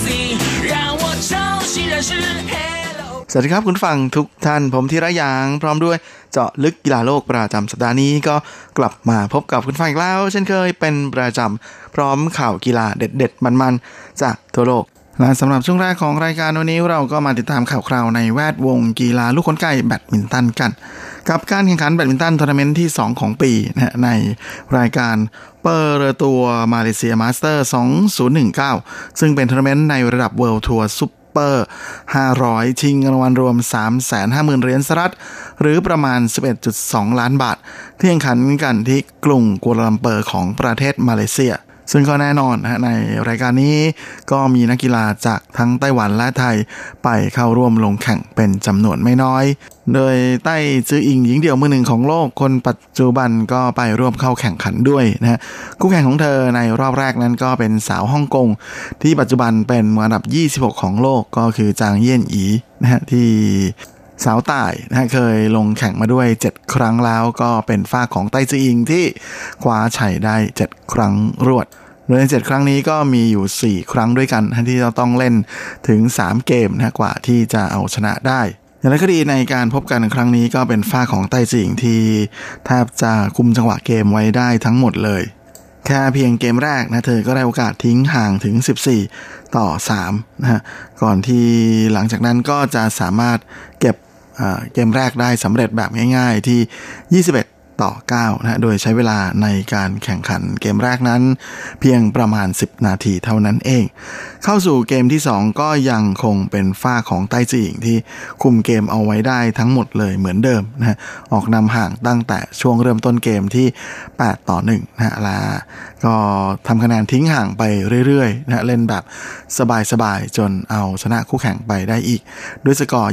สวัสดีครับคุณฟังทุกท่านผมธีระยางพร้อมด้วยเจาะลึกกีฬาโลกประจำสัปดาห์นี้ก็กลับมาพบกับคุณฟังอีกแล้วเช่นเคยเป็นประจำพร้อมข่าวกีฬาเด็ดๆมันๆจากทั่วโลกและสำหรับช่วงแรกของรายการวันนี้เราก็มาติดตามข่าวคราวในแวดวงกีฬาลูกขนไก่แบดมินตันกันกับการแข่งขันแบดมินตันทัวร์นาเมนต์ที่2ของปีนะในรายการเปิดตัวมาเลเซียมาสเตอร์2019ซึ่งเป็นทัวร์นาเมนต์ในระดับ World Tour Super 500ชิงรางวัลรวม 350,000 เหรียญสหรัฐหรือประมาณ 11.2 ล้านบาทที่แข่งขันกันที่กรุงกัวลาลัมเปอร์ของประเทศมาเลเซียซึ่งก็แน่นอนนะในรายการนี้ก็มีนักกีฬาจากทั้งไต้หวันและไทยไปเข้าร่วมลงแข่งเป็นจำนวนไม่น้อยโดยไต้จืออิงหญิงเดี่ยวมือหนึ่งของโลกคนปัจจุบันก็ไปร่วมเข้าแข่งขันด้วยนะฮะคู่แข่งของเธอในรอบแรกนั้นก็เป็นสาวฮ่องกงที่ปัจจุบันเป็นมืออันดับ26ของโลกก็คือจางเยี่ยนอีนะฮะที่สาวต่ายนะเคยลงแข่งมาด้วย7ครั้งแล้วก็เป็นฝ้าของไต้จืออิงที่คว้าชัยได้7ครั้งรวดโดยใน7ครั้งนี้ก็มีอยู่4ครั้งด้วยกันที่เราต้องเล่นถึง3เกมนะกว่าที่จะเอาชนะได้อย่างไรก็ดีในการพบกันครั้งนี้ก็เป็นฝ้าของไต้จืออิงที่แทบจะคุมจังหวะเกมไว้ได้ทั้งหมดเลยแค่เพียงเกมแรกนะเธอก็ได้โอกาสทิ้งห่างถึง14-3นะฮะก่อนที่หลังจากนั้นก็จะสามารถเก็บเกมแรกได้สำเร็จแบบง่ายๆที่21-9นะโดยใช้เวลาในการแข่งขันเกมแรกนั้นเพียงประมาณ10นาทีเท่านั้นเองเข้าสู่เกมที่2ก็ยังคงเป็นฝ้าของไต้จืออิงที่คุมเกมเอาไว้ได้ทั้งหมดเลยเหมือนเดิมนะออกนำห่างตั้งแต่ช่วงเริ่มต้นเกมที่8-1นะและก็ทำคะแนนทิ้งห่างไปเรื่อยๆนะเล่นแบบสบายๆจนเอาชนะคู่แข่งไปได้อีกด้วยสกอร์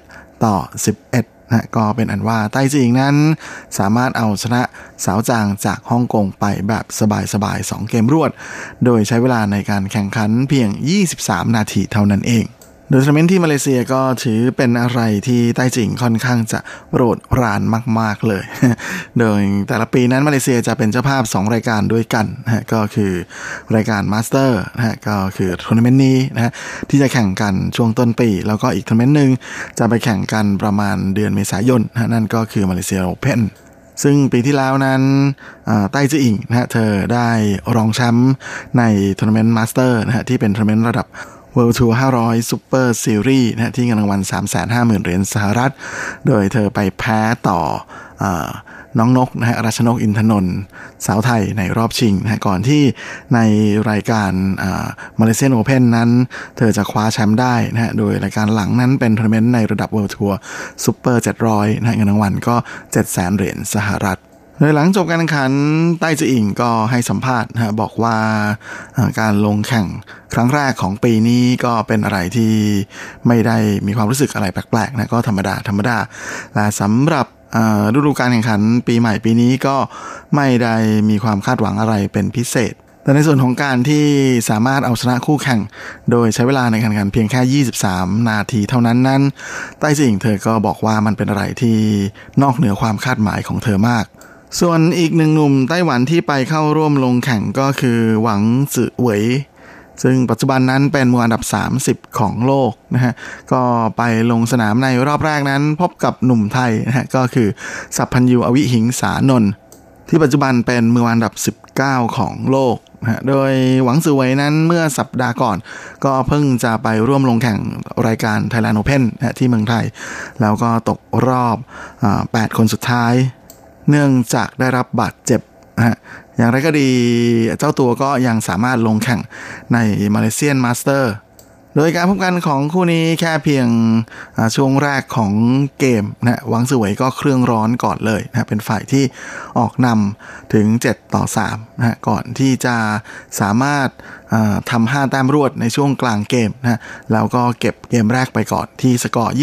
21-11นะก็เป็นอันว่าไต้จืออิงนั้นสามารถเอาชนะสาวจางจากฮ่องกงไปแบบสบายๆ2เกมรวดโดยใช้เวลาในการแข่งขันเพียง23นาทีเท่านั้นเองโดยทัวร์นาเมนต์ที่มาเลเซียก็ถือเป็นอะไรที่ไต้จืออิงค่อนข้างจะโปรดปรานมากๆเลยโดยแต่ละปีนั้นมาเลเซียจะเป็นเจ้าภาพ2รายการด้วยกันนะก็คือรายการมาสเตอร์นะก็คือทัวร์นาเมนต์นี้นะที่จะแข่งกันช่วงต้นปีแล้วก็อีกทัวร์นาเมนต์นึงจะไปแข่งกันประมาณเดือนเมษายนนะนั่นก็คือมาเลเซียโอเพ่นซึ่งปีที่แล้วนั้นไต้จืออิงนะเธอได้รองแชมป์ในทัวร์นาเมนต์มาสเตอร์นะที่เป็นทัวร์นาเมนต์ระดับWorld Tour 500 Super Series นะที่เงินรางวัล 350,000 เหรียญสหรัฐโดยเธอไปแพ้ต่อน้องนกนะฮะรัชนกอินทนนท์สาวไทยในรอบชิงนะก่อนที่ในรายการมาเลเซียโอเพ่นนั้นเธอจะคว้าแชมป์ได้นะฮะโดยรายการหลังนั้นเป็นทัวร์นาเมนต์ในระดับ World Tour Super 700นะเงินรางวัลก็ 700,000 เหรียญสหรัฐโดยหลังจบการแข่งขันไต้จืออิงก็ให้สัมภาษณ์นะบอกว่าการลงแข่งครั้งแรกของปีนี้ก็เป็นอะไรที่ไม่ได้มีความรู้สึกอะไรแปลกๆนะก็ธรรมดาและสำหรับฤดูกาลแข่งขันปีใหม่ปีนี้ก็ไม่ได้มีความคาดหวังอะไรเป็นพิเศษแต่ในส่วนของการที่สามารถเอาชนะคู่แข่งโดยใช้เวลาในการแข่งขันเพียงแค่23นาทีเท่านั้นไต้ซิงเธอก็บอกว่ามันเป็นอะไรที่นอกเหนือความคาดหมายของเธอมากส่วนอีกหนึ่งหนุ่มไต้หวันที่ไปเข้าร่วมลงแข่งก็คือหวังจื่อเหวยซึ่งปัจจุบันนั้นเป็นมืออันดับ30ของโลกนะฮะก็ไปลงสนามในรอบแรกนั้นพบกับหนุ่มไทยนะฮะก็คือสัพพัญญูอวิหิงสานนท์ที่ปัจจุบันเป็นมืออันดับ19ของโลกนะฮะโดยหวังจื่อเหวยนั้นเมื่อสัปดาห์ก่อนก็เพิ่งจะไปร่วมลงแข่งรายการ Thailand Open นะที่เมืองไทยแล้วก็ตกรอบ8คนสุดท้ายเนื่องจากได้รับบาดเจ็บนะฮะอย่างไรก็ดีเจ้าตัวก็ยังสามารถลงแข่งในมาเลเซียนมาสเตอร์โดยการพบกันของคู่นี้แค่เพียงช่วงแรกของเกมนะหวังจื่อเหวยก็เครื่องร้อนก่อนเลยนะเป็นฝ่ายที่ออกนำถึง7-3นะก่อนที่จะสามารถทำ5แต้มรวดในช่วงกลางเกมนะแล้วก็เก็บเกมแรกไปก่อนที่สกอร์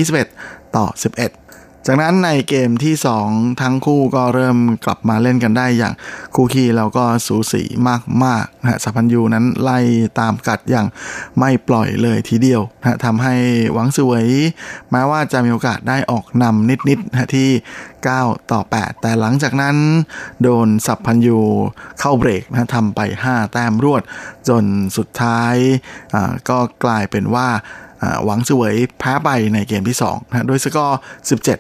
21-11จากนั้นในเกมที่2ทั้งคู่ก็เริ่มกลับมาเล่นกันได้อย่างคู่ขี้แล้วก็สูสีมากๆนะสัพพัญญูนั้นไล่ตามกัดอย่างไม่ปล่อยเลยทีเดียวนะทำให้หวังจื่อเหวยแม้ว่าจะมีโอกาสได้ออกนำนิดๆนะที่9-8แต่หลังจากนั้นโดนสัพพัญญูเข้าเบรกนะทำไป5แต้มรวดจนสุดท้ายก็กลายเป็นว่าหวังจื่อเหวยแพ้ไปในเกมที่2นะโดยสกอร์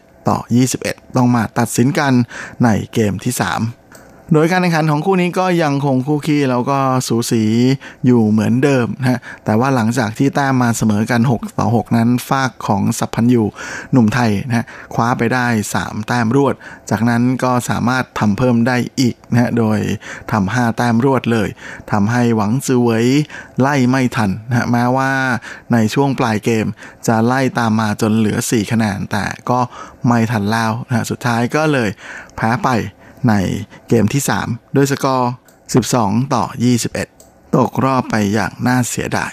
17-21ต้องมาตัดสินกันในเกมที่3โดยการแข่งขันของคู่นี้ก็ยังคงคู่ขี้แล้วก็สูสีอยู่เหมือนเดิมนะแต่ว่าหลังจากที่แต้มมาเสมอกัน6-6นั้นฝากของสัพพัญญูหนุ่มไทยนะคว้าไปได้3แต้มรวดจากนั้นก็สามารถทำเพิ่มได้อีกนะโดยทำ5แต้มรวดเลยทำให้หวังจื่อเหวยไล่ไม่ทันนะแม้ว่าในช่วงปลายเกมจะไล่ตามมาจนเหลือ4คะแนนแต่ก็ไม่ทันแล้วนะสุดท้ายก็เลยแพ้ไปในเกมที่3ด้วยสกอร์12-21ตกรอบไปอย่างน่าเสียดาย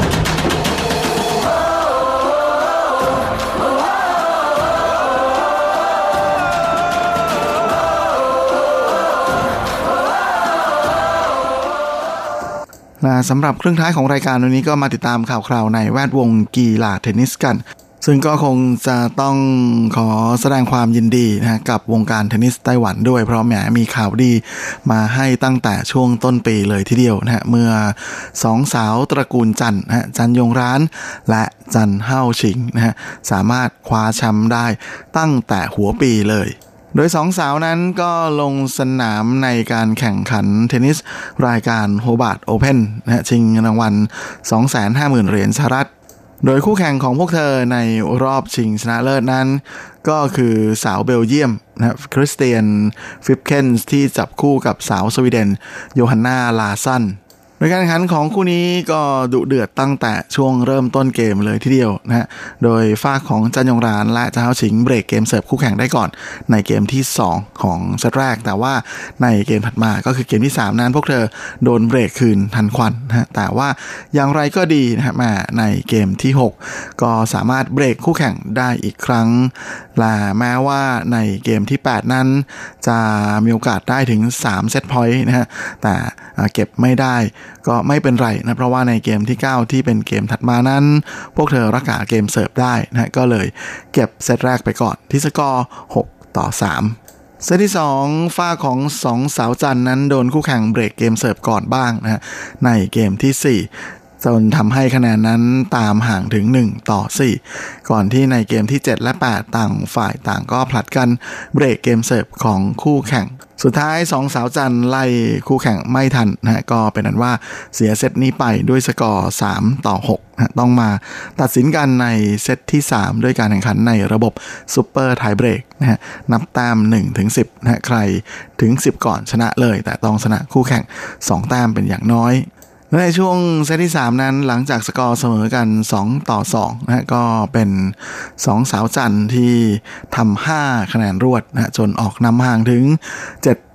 และสำหรับครึ่งท้ายของรายการวันนี้ก็มาติดตามข่าวคราวในแวดวงกีฬาเทนนิสกันซึ่งก็คงจะต้องขอแสดงความยินดีนะกับวงการเทนนิสไต้หวันด้วยเพราะแหมมีข่าวดีมาให้ตั้งแต่ช่วงต้นปีเลยทีเดียวนะเมื่อ2สาวตระกูลจันนะจันยงร้านและจันเฮ่าชิงนะสามารถคว้าแชมป์ได้ตั้งแต่หัวปีเลยโดย2สาวนั้นก็ลงสนามในการแข่งขันเทนนิสรายการโฮบาร์ตโอเพ่นนะชิงรางวัล 250,000 เหรียญสหรัฐโดยคู่แข่งของพวกเธอในรอบชิงชนะเลิศนั้นก็คือสาวเบลเยียมนะคริสเตียนฟิปเคนส์ที่จับคู่กับสาวสวีเดนโยฮันนาลาซันโดยการแข่งขันของคู่นี้ก็ดุเดือดตั้งแต่ช่วงเริ่มต้นเกมเลยทีเดียวนะฮะโดยฝ่ายของจันยงรานและจันเฮาชิงเบรกเกมเสิร์ฟคู่แข่งได้ก่อนในเกมที่2ของเซตแรกแต่ว่าในเกมถัดมาก็คือเกมที่3นั้นพวกเธอโดนเบรกคืนทันควันนะฮะแต่ว่าอย่างไรก็ดีนะฮะมาในเกมที่6ก็สามารถเบรกคู่แข่งได้อีกครั้งและแม้ว่าในเกมที่8นั้นจะมีโอกาสได้ถึง3เซตพอยต์นะฮะแต่เก็บไม่ได้ก็ไม่เป็นไรนะเพราะว่าในเกมที่9ที่เป็นเกมถัดมานั้นพวกเธอรักษาเกมเสิร์ฟได้นะก็เลยเก็บเซตแรกไปก่อนที่สกอร์6-3เซตที่2ฝ่ายของ2สาวจันนั้นโดนคู่แข่งเบรกเกมเสิร์ฟก่อนบ้างนะในเกมที่4จนทำให้คะแนนนั้นตามห่างถึง1-4ก่อนที่ในเกมที่7และ8ต่างฝ่ายต่างก็ผลัดกันเบรกเกมเสิร์ฟของคู่แข่งสุดท้าย2สาวจันไล่คู่แข่งไม่ทันนะก็เป็นนั้นว่าเสียเซตนี้ไปด้วยสกอร์3-6นะต้องมาตัดสินกันในเซตที่3ด้วยการแข่งขันในระบบซุปเปอร์ไทเบรกนะฮะนับแต้ม 1-10 นะใครถึง10ก่อนชนะเลยแต่ต้องชนะคู่แข่ง2แต้มเป็นอย่างน้อยในช่วงเซตที่3นั้นหลังจากสกอร์เสมอกัน2-2นะก็เป็น2สาวจันที่ทำ5คะแนนรวดนะจนออกนำห่างถึง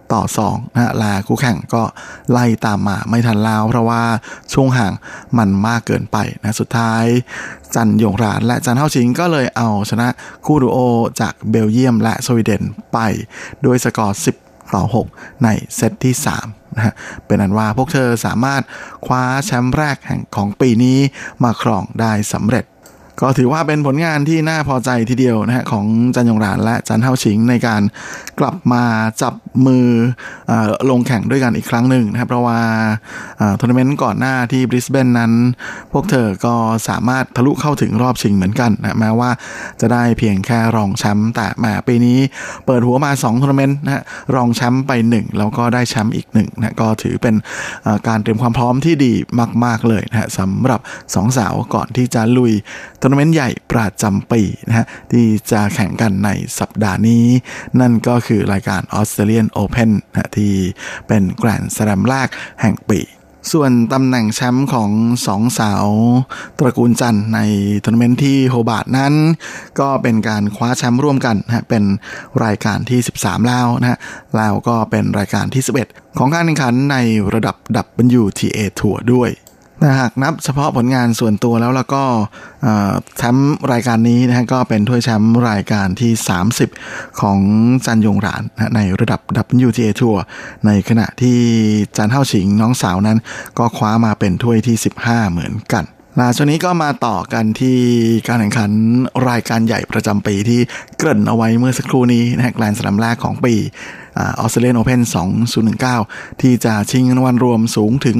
ต่อ2นะและคู่แข่งก็ไล่ตามมาไม่ทันแล้วเพราะว่าช่วงห่างมันมากเกินไปนะสุดท้ายจันหยงหรานและจันเฮาชิงก็เลยเอาชนะคู่ดูโอจากเบลเยียมและสวีเดนไปด้วยสกอร์10-6ในเซตที่3นะเป็นอันว่าพวกเธอสามารถคว้าแชมป์แรกของปีนี้มาครองได้สำเร็จก็ถือว่าเป็นผลงานที่น่าพอใจทีเดียวนะฮะของจันหยงหรานและจันเฮาชิงในการกลับมาจับมือลงแข่งด้วยกันอีกครั้งหนึ่งนะครับเพราะว่าทัวร์นาเมนต์ก่อนหน้าที่บริสเบนนั้นพวกเธอก็สามารถทะลุเข้าถึงรอบชิงเหมือนกันนะแม้ว่าจะได้เพียงแค่รองแชมป์แต่แม้ปีนี้เปิดหัวมา2ทัวร์นาเมนต์นะฮะรองแชมป์ไป1แล้วก็ได้แชมป์อีก1นะก็ถือเป็นการเตรียมความพร้อมที่ดีมากๆเลยนะฮะสำหรับ2สาวก่อนที่จะลุยทัวร์นาเมนต์ใหญ่ประจำปีนะฮะที่จะแข่งกันในสัปดาห์นี้นั่นก็คือรายการ Australian Open นะที่เป็นแกรนด์สแลมแรกแห่งปีส่วนตำแหน่งแชมป์ของ2สาวตระกูลจันในทัวร์นาเมนต์ที่โฮบาร์ตนั้นก็เป็นการคว้าแชมป์ร่วมกันนะเป็นรายการที่13แล้วนะฮะแล้วก็เป็นรายการที่11ของการแข่งขันในระดับ WTA ทัวร์ด้วยแต่หากนับเฉพาะผลงานส่วนตัวแล้วก็แชมป์รายการนี้นะฮะก็เป็นถ้วยแชมป์รายการที่30ของจันหยงหรานนะในระดับ WTA ทัวร์ในขณะที่จันเฮาชิงน้องสาวนั้นก็คว้ามาเป็นถ้วยที่15เหมือนกันช่วงนี้ก็มาต่อกันที่การแข่งขันรายการใหญ่ประจำปีที่เกริ่นเอาไว้เมื่อสักครู่นี้นะฮะแกรนด์สแลมแรกของปีAustralian Open 2019ที่จะชิงเงินรางวัลรวมสูงถึง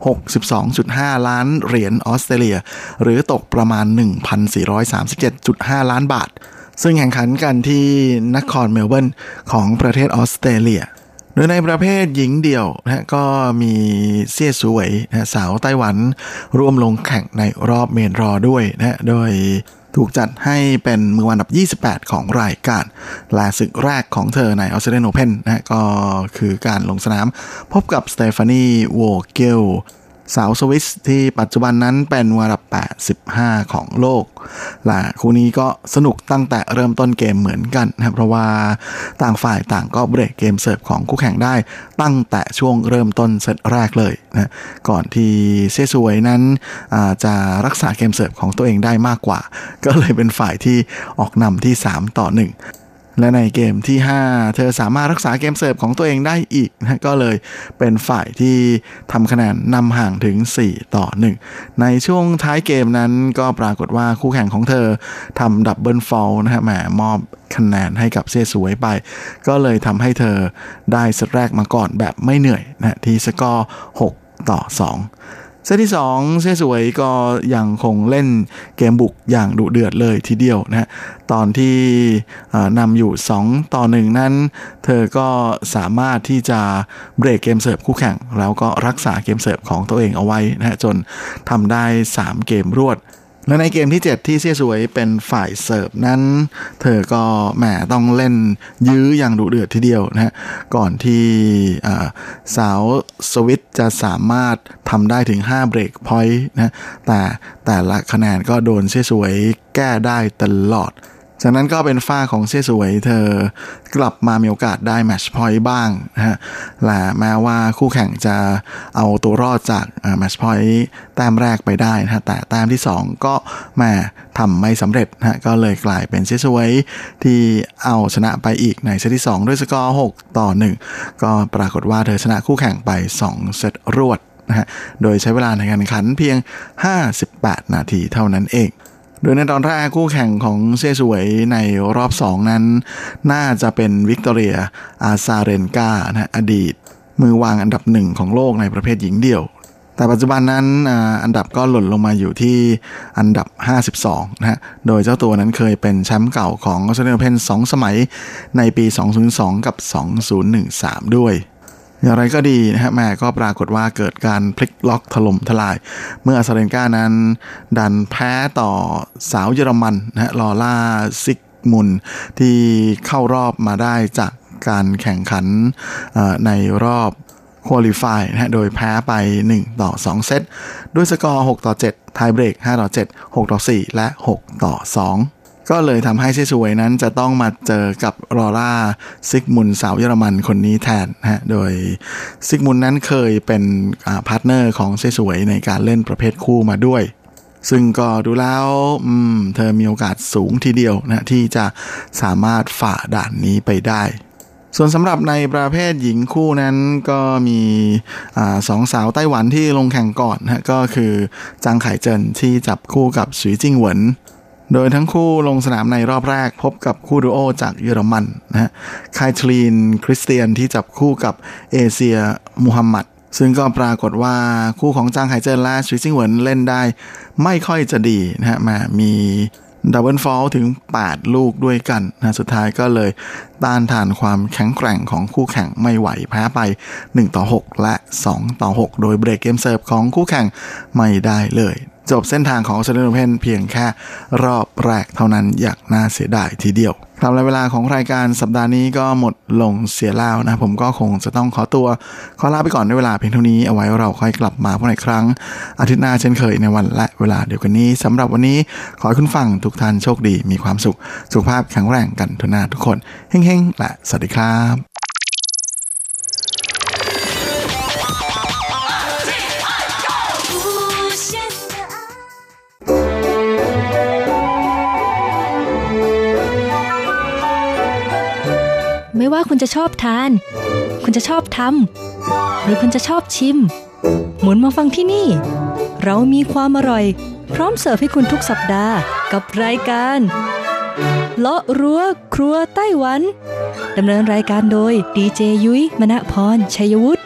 62.5 ล้านเหรียญออสเตรเลียหรือตกประมาณ 1,437.5 ล้านบาทซึ่งแข่งขันกันที่นครเมลเบิร์นของประเทศออสเตรเลียโดยในประเภทหญิงเดี่ยวนะก็มีเซี่ยสวยนะสาวไต้หวันร่วมลงแข่งในรอบเมนรอด้วยนะโดยถูกจัดให้เป็นมืออันดับ28ของรายการและศึกแรกของเธอใน Australian Open นะก็คือการลงสนามพบกับสเตฟานีโวเกลสาวสวิสที่ปัจจุบันนั้นเป็นมืออันดับ85ของโลกและคู่นี้ก็สนุกตั้งแต่เริ่มต้นเกมเหมือนกันนะเพราะว่าต่างฝ่ายต่างก็เบรกเกมเสิร์ฟของคู่แข่งได้ตั้งแต่ช่วงเริ่มต้นเซตแรกเลยนะก่อนที่เซี่ยสวยนั้นจะรักษาเกมเสิร์ฟของตัวเองได้มากกว่าก็เลยเป็นฝ่ายที่ออกนำที่3-1และในเกมที่5เธอสามารถรักษาเกมเสิร์ฟของตัวเองได้อีกนะก็เลยเป็นฝ่ายที่ทำคะแนนนำห่างถึง4-1ในช่วงท้ายเกมนั้นก็ปรากฏว่าคู่แข่งของเธอทำดับเบิลฟอลนะฮะมอบคะแนนให้กับเซี่ยสวยไปก็เลยทำให้เธอได้เซตแรกมาก่อนแบบไม่เหนื่อยนะที่สกอร์6-2เซตที่2เซี่ยสวยก็ยังคงเล่นเกมบุกอย่างดุเดือดเลยทีเดียวนะฮะตอนที่นำอยู่2-1นั้นเธอก็สามารถที่จะเบรกเกมเสิร์ฟคู่แข่งแล้วก็รักษาเกมเสิร์ฟของตัวเองเอาไว้นะฮะจนทำได้3เกมรวดและในเกมที่7ที่เซี่ยสวยเป็นฝ่ายเสิร์ฟนั้นเธอก็ต้องเล่นยื้ออย่างดุเดือดทีเดียวนะฮะก่อนที่สาวสวิตจะสามารถทำได้ถึง5เบรกพอยต์นะแต่ละคะแนนก็โดนเซี่ยสวยแก้ได้ตลอดจากนั้นก็เป็นฝ้าของเซี่ยสวยเธอกลับมามีโอกาสได้แมตช์พอยต์บ้างนะฮะและแม้ว่าคู่แข่งจะเอาตัวรอดจากแมตช์พอยต์แต้มแรกไปได้นะฮะแต่แต้มที่2ก็ทำไม่สำเร็จนะฮะก็เลยกลายเป็นเซี่ยสวยที่เอาชนะไปอีกในเซตที่2ด้วยสกอร์6-1ก็ปรากฏว่าเธอชนะคู่แข่งไป2เซตรวดนะฮะโดยใช้เวลาในการแข่งขันเพียง58นาทีเท่านั้นเองโดยในตอนแรกคู่แข่งของเซี่ยสวยในรอบ2นั้นน่าจะเป็นวิกตอเรียอาซาเรนกานะอดีตมือวางอันดับ1ของโลกในประเภทหญิงเดี่ยวแต่ปัจจุบันนั้นอันดับก็หล่นลงมาอยู่ที่อันดับ52นะฮะโดยเจ้าตัวนั้นเคยเป็นแชมป์เก่าของ Australian Open 2 สมัยในปี2002กับ2013ด้วยอย่างไรก็ดีนะฮะก็ปรากฏว่าเกิดการพลิกล็อกถล่มทลายเมื่ออาซาเรนกานั้นดันแพ้ต่อสาวเยอรมันนะฮะลอร่าซิกมุนที่เข้ารอบมาได้จากการแข่งขันในรอบควอลิฟายนะฮะโดยแพ้ไป1-2เซตด้วยสกอร์6-7ไทยเบรก5-7 6-4และ6-2 ก็เลยทำให้เซซวยนั้นจะต้องมาเจอกับลอร่าซิกมุนสาวเยอรมันคนนี้แทนนะฮะโดยซิกมุนนั้นเคยเป็นพาร์ทเนอร์ของเซซวยในการเล่นประเภทคู่มาด้วยซึ่งก็ดูแล้วเธอมีโอกาสสูงทีเดียวนะที่จะสามารถฝ่าด่านนี้ไปได้ส่วนสำหรับในประเภทหญิงคู่นั้นก็มีสองสาวไต้หวันที่ลงแข่งก่อนนะก็คือจางไข่เจินที่จับคู่กับสุยจิ้งเหวินโดยทั้งคู่ลงสนามในรอบแรกพบกับคู่ดูโอจากเยอรมันนะฮะไคทลีนคริสเตียนที่จับคู่กับเอเชียมูฮัมหมัดซึ่งก็ปรากฏว่าคู่ของจางไข่เจินและสุยจิ้งเหวินเล่นได้ไม่ค่อยจะดีนะฮะมีดับเบิลฟอลถึง8ลูกด้วยกันนะสุดท้ายก็เลยต้านทานความแข็งแกร่งของคู่แข่งไม่ไหวแพ้ไป1-6และ2-6โดยเบรกเกมเซิร์ฟของคู่แข่งไม่ได้เลยจบเส้นทางของออสเตรเลียโอเพ่นเพียงแค่รอบแรกเท่านั้นอย่างน่าเสียดายทีเดียวครับและเวลาของรายการสัปดาห์นี้ก็หมดลงเสียแล้วนะผมก็คงจะต้องขอลาไปก่อนในเวลาเพียงเท่านี้เอาไว้เราค่อยกลับมาพบกันอีกครั้งอาทิตย์หน้าเช่นเคยในวันและเวลาเดียวกันนี้สำหรับวันนี้ขอให้คุณฟังทุกท่านโชคดีมีความสุขสุขภาพแข็งแรงกันทุกหน้าทุกคนเฮ้งๆและสวัสดีครับไม่ว่าคุณจะชอบทานคุณจะชอบทำหรือคุณจะชอบชิมหมุนมาฟังที่นี่เรามีความอร่อยพร้อมเสิร์ฟให้คุณทุกสัปดาห์กับรายการเลาะรั้วครัวไต้หวันดำเนินรายการโดยดีเจยุ้ยมณพรชัยวุฒิ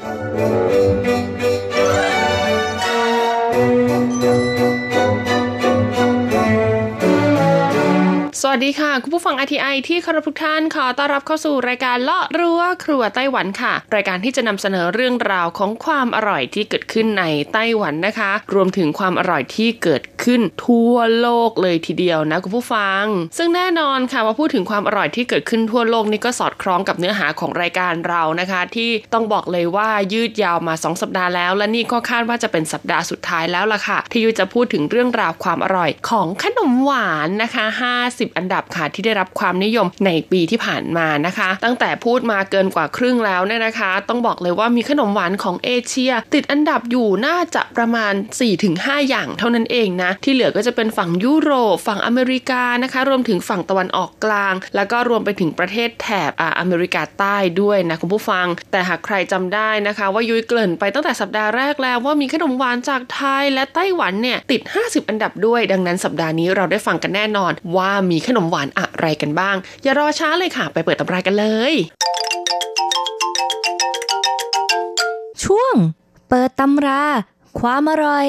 สวัสดีค่ะคุณผู้ฟัง RTI ที่เคารพทุกท่านขอต้อนรับเข้าสู่รายการเลาะรั้วครัวไต้หวันค่ะรายการที่จะนำเสนอเรื่องราวของความอร่อยที่เกิดขึ้นในไต้หวันนะคะรวมถึงความอร่อยที่เกิดขึ้นทั่วโลกเลยทีเดียวนะคุณผู้ฟังซึ่งแน่นอนค่ะว่าพูดถึงความอร่อยที่เกิดขึ้นทั่วโลกนี่ก็สอดคล้องกับเนื้อหาของรายการเรานะคะที่ต้องบอกเลยว่ายืดยาวมา2สัปดาห์แล้วและนี่ก็คาดว่าจะเป็นสัปดาห์สุดท้ายแล้วล่ะค่ะที่ยุ้ยจะพูดถึงเรื่องราวความอร่อยของขนมหวานนะคะ50อันดับค่ะที่ได้รับความนิยมในปีที่ผ่านมานะคะตั้งแต่พูดมาเกินกว่าครึ่งแล้วเนี่ยนะคะต้องบอกเลยว่ามีขนมหวานของเอเชียติดอันดับอยู่น่าจะประมาณ 4-5 อย่างเท่านั้นเองนะที่เหลือก็จะเป็นฝั่งยุโรปฝั่งอเมริกานะคะรวมถึงฝั่งตะวันออกกลางแล้วก็รวมไปถึงประเทศแถบอเมริกาใต้ด้วยนะคุณผู้ฟังแต่หากใครจำได้นะคะว่ายุ้ยเกริ่นไปตั้งแต่สัปดาห์แรกแล้วว่ามีขนมหวานจากไทยและไต้หวันเนี่ยติด50อันดับด้วยดังนั้นสัปดาห์นี้เราได้ฟังกันแน่นอนว่ามีขนมหวานอะไรกันบ้างอย่ารอช้าเลยค่ะไปเปิดตำรากันเลยช่วงเปิดตำราความอร่อย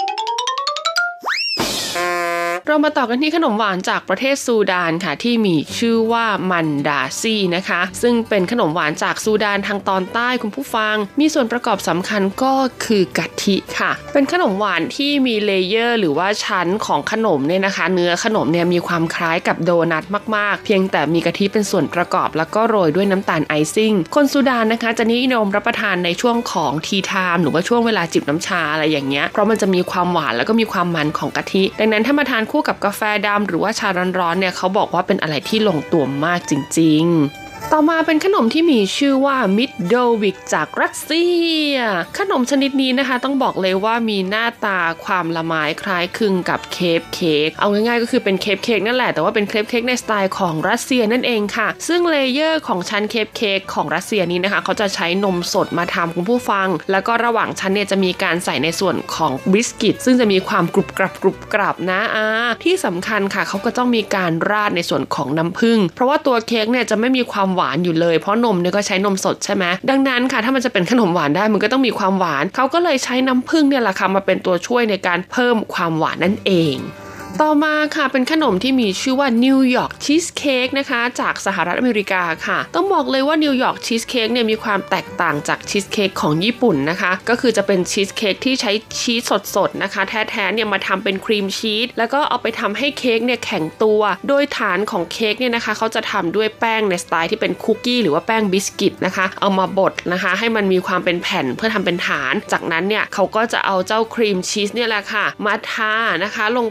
เรามาต่อกันที่ขนมหวานจากประเทศซูดานค่ะที่มีชื่อว่ามันดาซี่นะคะซึ่งเป็นขนมหวานจากซูดานทางตอนใต้คุณผู้ฟังมีส่วนประกอบสำคัญก็คือกะทิค่ะเป็นขนมหวานที่มีเลเยอร์หรือว่าชั้นของขนมเนี่ยนะคะเนื้อขนมเนี่ยมีความคล้ายกับโดนัทมากๆเพียงแต่มีกะทิเป็นส่วนประกอบแล้วก็โรยด้วยน้ำตาลไอซิ่งคนซูดานนะคะจะนิยมรับประทานในช่วงของทีไทม์หรือว่าช่วงเวลาจิบน้ำชาอะไรอย่างเงี้ยเพราะมันจะมีความหวานแล้วก็มีความมันของกะทิดังนั้นถ้ามาทานคู่กับกาแฟดำหรือว่าชาร้อนๆเนี่ยเขาบอกว่าเป็นอะไรที่ลงตัวมากจริงๆต่อมาเป็นขนมที่มีชื่อว่ามิดโดวิกจากรัสเซียขนมชนิดนี้นะคะต้องบอกเลยว่ามีหน้าตาความละไม้คล้ายคลึงกับเคปเค้กเอาง่ายๆก็คือเป็นเคปเค้กนั่นแหละแต่ว่าเป็นเคปเค้กในสไตล์ของรัสเซียนั่นเองค่ะซึ่งเลเยอร์ของชั้นเคปเค้กของรัสเซียนี้นะคะเขาจะใช้นมสดมาทำคุณผู้ฟังแล้วก็ระหว่างชั้นเนี่ยจะมีการใส่ในส่วนของบิสกิตซึ่งจะมีความกรุบกรับนะที่สำคัญค่ะเขาก็ต้องมีการราดในส่วนของน้ำผึ้งเพราะว่าตัวเค้กเนี่ยจะไม่มีความหวานอยู่เลยเพราะนมเนี่ยก็ใช้นมสดใช่ไหมดังนั้นค่ะถ้ามันจะเป็นขนมหวานได้มันก็ต้องมีความหวานเขาก็เลยใช้น้ำผึ้งเนี่ยแหละค่ะมาเป็นตัวช่วยในการเพิ่มความหวานนั่นเองต่อมาค่ะเป็นขนมที่มีชื่อว่านิวยอร์กชีสเค้กนะคะจากสหรัฐอเมริกาค่ะต้องบอกเลยว่านิวยอร์กชีสเค้กเนี่ยมีความแตกต่างจากชีสเค้กของญี่ปุ่นนะคะก็คือจะเป็นชีสเค้กที่ใช้ชีสสดๆนะคะแท้ๆเนี่ยมาทำเป็นครีมชีสแล้วก็เอาไปทำให้เค้กเนี่ยแข็งตัวโดยฐานของเค้กเนี่ยนะคะเขาจะทำด้วยแป้งในสไตล์ที่เป็นคุกกี้หรือว่าแป้งบิสกิตนะคะเอามาบดนะคะให้มันมีความเป็นแผ่นเพื่อทำเป็นฐานจากนั้นเนี่ยเขาก็จะเอาเจ้าครีมชีสเนี่ยแหละค่ะมาทานะคะลงไปแล้ว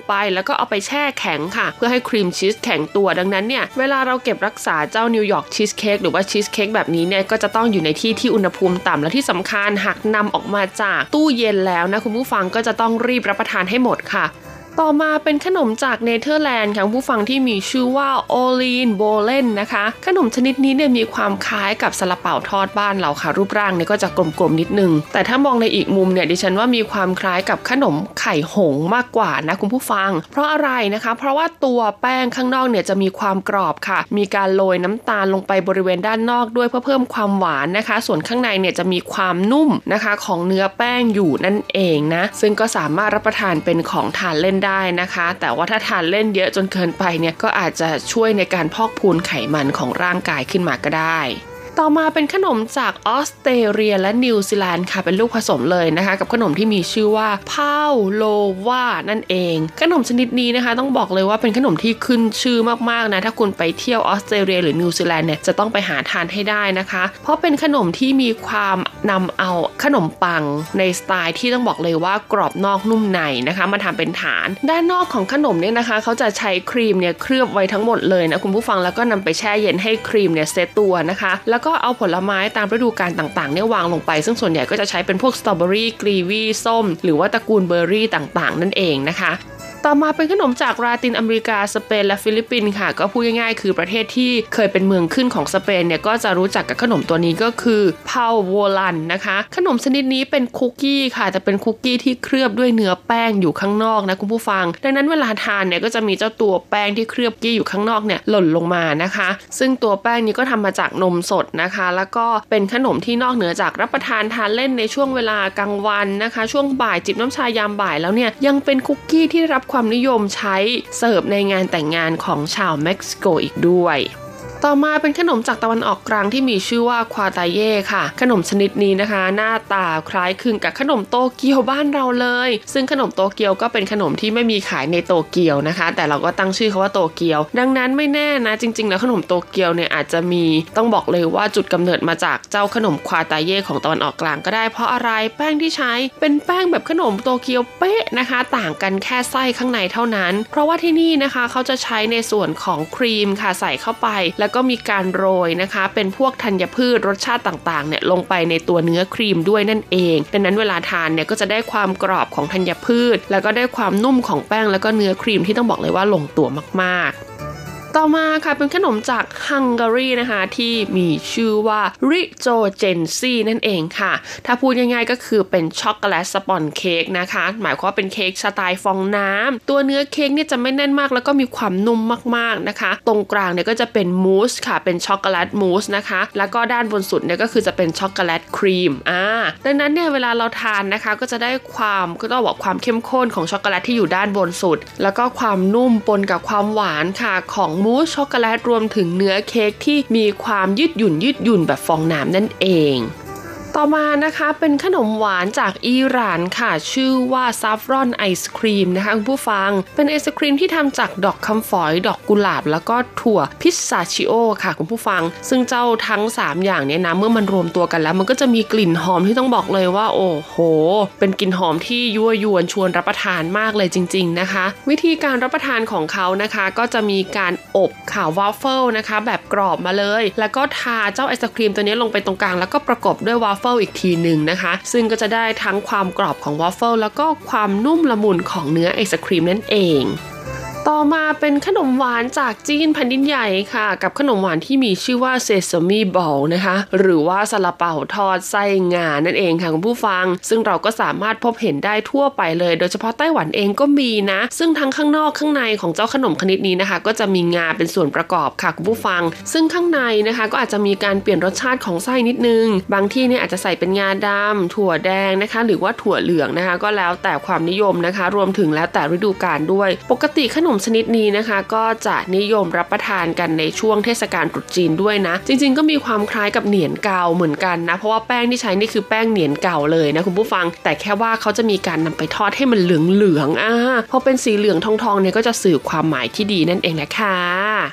แล้วก็เอาไปแช่แข็งค่ะเพื่อให้ครีมชีสแข็งตัวดังนั้นเนี่ยเวลาเราเก็บรักษาเจ้านิวยอร์กชีสเค้กหรือว่าชีสเค้กแบบนี้เนี่ยก็จะต้องอยู่ในที่อุณหภูมิต่ำและที่สำคัญหากนำออกมาจากตู้เย็นแล้วนะคุณผู้ฟังก็จะต้องรีบรับประทานให้หมดค่ะต่อมาเป็นขนมจากเนเธอร์แลนด์ค่ะผู้ฟังที่มีชื่อว่าโอลีนโบเลนนะคะขนมชนิดนี้เนี่ยมีความคล้ายกับซาลาเปาทอดบ้านเราค่ะรูปร่างเนี่ยก็จะกลมๆนิดนึงแต่ถ้ามองในอีกมุมเนี่ยดิฉันว่ามีความคล้ายกับขนมไข่หงส์มากกว่านะคุณผู้ฟังเพราะอะไรนะคะเพราะว่าตัวแป้งข้างนอกเนี่ยจะมีความกรอบค่ะมีการโรยน้ำตาลลงไปบริเวณด้านนอกด้วยเพื่อเพิ่มความหวานนะคะส่วนข้างในเนี่ยจะมีความนุ่มนะคะของเนื้อแป้งอยู่นั่นเองนะซึ่งก็สามารถรับประทานเป็นของทานเล่นได้นะคะแต่ว่าถ้าทานเล่นเยอะจนเกินไปเนี่ยก็อาจจะช่วยในการพอกพูนไขมันของร่างกายขึ้นมาก็ได้ต่อมาเป็นขนมจากออสเตรเลียและนิวซีแลนด์ค่ะเป็นลูกผสมเลยนะคะกับขนมที่มีชื่อว่าพาวโลวานั่นเองขนมชนิดนี้นะคะต้องบอกเลยว่าเป็นขนมที่ขึ้นชื่อมากๆนะถ้าคุณไปเที่ยวออสเตรเลียหรือนิวซีแลนด์เนี่ยจะต้องไปหาทานให้ได้นะคะเพราะเป็นขนมที่มีความนำเอาขนมปังในสไตล์ที่ต้องบอกเลยว่ากรอบนอกนุ่มในนะคะมาทำเป็นฐานด้านนอกของขนมเนี่ยนะคะเขาจะใช้ครีมเนี่ยเคลือบไว้ทั้งหมดเลยนะคุณผู้ฟังแล้วก็นำไปแช่เย็นให้ครีมเนี่ยเซตตัวนะคะแล้วก็เอาผลไม้ตามฤดูกาลต่างๆเนี่ยวางลงไปซึ่งส่วนใหญ่ก็จะใช้เป็นพวกสตรอเบอรี่กรีวีส้มหรือว่าตระกูลเบอร์รี่ต่างๆนั่นเองนะคะต่อมาเป็นขนมจากลาตินอเมริกาสเปนและฟิลิปปินส์ค่ะก็พูดง่ายๆคือประเทศที่เคยเป็นเมืองขึ้นของสเปนเนี่ยก็จะรู้จักกับขนมตัวนี้ก็คือพาวโวลันนะคะขนมชนิดนี้เป็นคุกกี้ค่ะแต่เป็นคุกกี้ที่เคลือบด้วยเนื้อแป้งอยู่ข้างนอกนะคุณผู้ฟังดังนั้นเวลาทานเนี่ยก็จะมีเจ้าตัวแป้งที่เคลือบกี้อยู่ข้างนอกเนี่ยหล่นลงมานะคะซึ่งตัวแป้งนี้ก็ทำมาจากนมสดนะคะแล้วก็เป็นขนมที่นอกเหนือจากรับประทานเล่นในช่วงเวลากลางวันนะคะช่วงบ่ายจิบน้ำชายามบ่ายแล้วเนี่ยยังเป็นคุกกี้ที่ได้รับความนิยมใช้เสิร์ฟในงานแต่งงานของชาวเม็กซิโกอีกด้วยต่อมาเป็นขนมจากตะวันออกกลางที่มีชื่อว่าควาตาเย่ค่ะขนมชนิดนี้นะคะหน้าตาคล้ายคลึงกับขนมโตเกียวบ้านเราเลยซึ่งขนมโตเกียวก็เป็นขนมที่ไม่มีขายในโตเกียวนะคะแต่เราก็ตั้งชื่อเขาว่าโตเกียวดังนั้นไม่แน่นะจริงๆแล้วขนมโตเกียวเนี่ยอาจจะมีต้องบอกเลยว่าจุดกำเนิดมาจากเจ้าขนมควาตาเย่ของตะวันออกกลางก็ได้เพราะอะไรแป้งที่ใช้เป็นแป้งแบบขนมโตเกียวเป๊ะนะคะต่างกันแค่ไส้ข้างในเท่านั้นเพราะว่าที่นี่นะคะเขาจะใช้ในส่วนของครีมค่ะใส่เข้าไปแล้วก็มีการโรยนะคะเป็นพวกธัญพืชรสชาติต่างๆเนี่ยลงไปในตัวเนื้อครีมด้วยนั่นเองดังนั้นเวลาทานเนี่ยก็จะได้ความกรอบของธัญพืชแล้วก็ได้ความนุ่มของแป้งแล้วก็เนื้อครีมที่ต้องบอกเลยว่าลงตัวมากๆต่อมาค่ะเป็นขนมจากฮังการีนะคะที่มีชื่อว่าริโจเจนซี่นั่นเองค่ะถ้าพูดง่ายๆก็คือเป็นช็อกโกแลตสปอนเค้กนะคะหมายความว่าเป็นเค้กสไตล์ฟองน้ำตัวเนื้อเค้กเนี่ยจะไม่แน่นมากแล้วก็มีความนุ่มมากๆนะคะตรงกลางเนี่ยก็จะเป็นมูสค่ะเป็นช็อกโกแลตมูสนะคะแล้วก็ด้านบนสุดเนี่ยก็คือจะเป็นช็อกโกแลตครีมดังนั้นเนี่ยเวลาเราทานนะคะก็จะได้ความก็ต้องบอกความเข้มข้นของช็อกโกแลตที่อยู่ด้านบนสุดแล้วก็ความนุ่มปนกับความหวานค่ะของมูสช็อกโกแลตรวมถึงเนื้อเค้กที่มีความยืดหยุ่นแบบฟองน้ำนั่นเองต่อมานะคะเป็นขนมหวานจากอิหร่านค่ะชื่อว่าซาฟรอนไอศครีมนะคะคุณผู้ฟังเป็นไอศครีมที่ทำจากดอกคำฝอยดอกกุหลาบแล้วก็ถั่วพิสตาชิโอค่ะคุณผู้ฟังซึ่งเจ้าทั้ง3อย่างเนี่ยนะเมื่อมันรวมตัวกันแล้วมันก็จะมีกลิ่นหอมที่ต้องบอกเลยว่าโอ้โหเป็นกลิ่นหอมที่ยั่วยวนชวนรับประทานมากเลยจริงๆนะคะวิธีการรับประทานของเขานะคะก็จะมีการอบข่าววาฟเฟิลนะคะแบบกรอบมาเลยแล้วก็ทาเจ้าไอศครีมตัวนี้ลงไปตรงกลางแล้วก็ประกบด้วยวาฟเฟิลอีกทีหนึ่งนะคะซึ่งก็จะได้ทั้งความกรอบของวาฟเฟิลแล้วก็ความนุ่มละมุนของเนื้อไอศครีมนั่นเองต่อมาเป็นขนมหวานจากจีนแผ่นดินใหญ่ค่ะกับขนมหวานที่มีชื่อว่าเซซามิบอลนะคะหรือว่าซาลาเปาทอดไส้งานั่นเองค่ะคุณผู้ฟังซึ่งเราก็สามารถพบเห็นได้ทั่วไปเลยโดยเฉพาะไต้หวันเองก็มีนะซึ่งทั้งข้างนอกข้างในของเจ้าขนมชนิดนี้นะคะก็จะมีงาเป็นส่วนประกอบค่ะคุณผู้ฟังซึ่งข้างในนะคะก็อาจจะมีการเปลี่ยนรสชาติของไส้นิดนึงบางที่เนี่ยอาจจะใส่เป็นงาดำถั่วแดงนะคะหรือว่าถั่วเหลืองนะคะก็แล้วแต่ความนิยมนะคะรวมถึงแล้วแต่ฤดูกาลด้วยปกติขนมชนิดนี้นะคะก็จะนิยมรับประทานกันในช่วงเทศกาลตรุษจีนด้วยนะจริงๆก็มีความคล้ายกับเหนียนเกาเหมือนกันนะเพราะว่าแป้งที่ใช้นี่คือแป้งเหนียนเกาเลยนะคุณผู้ฟังแต่แค่ว่าเขาจะมีการนำไปทอดให้มันเหลืองพอเป็นสีเหลืองทองๆเนี่ยก็จะสื่อความหมายที่ดีนั่นเองแหละค่ะ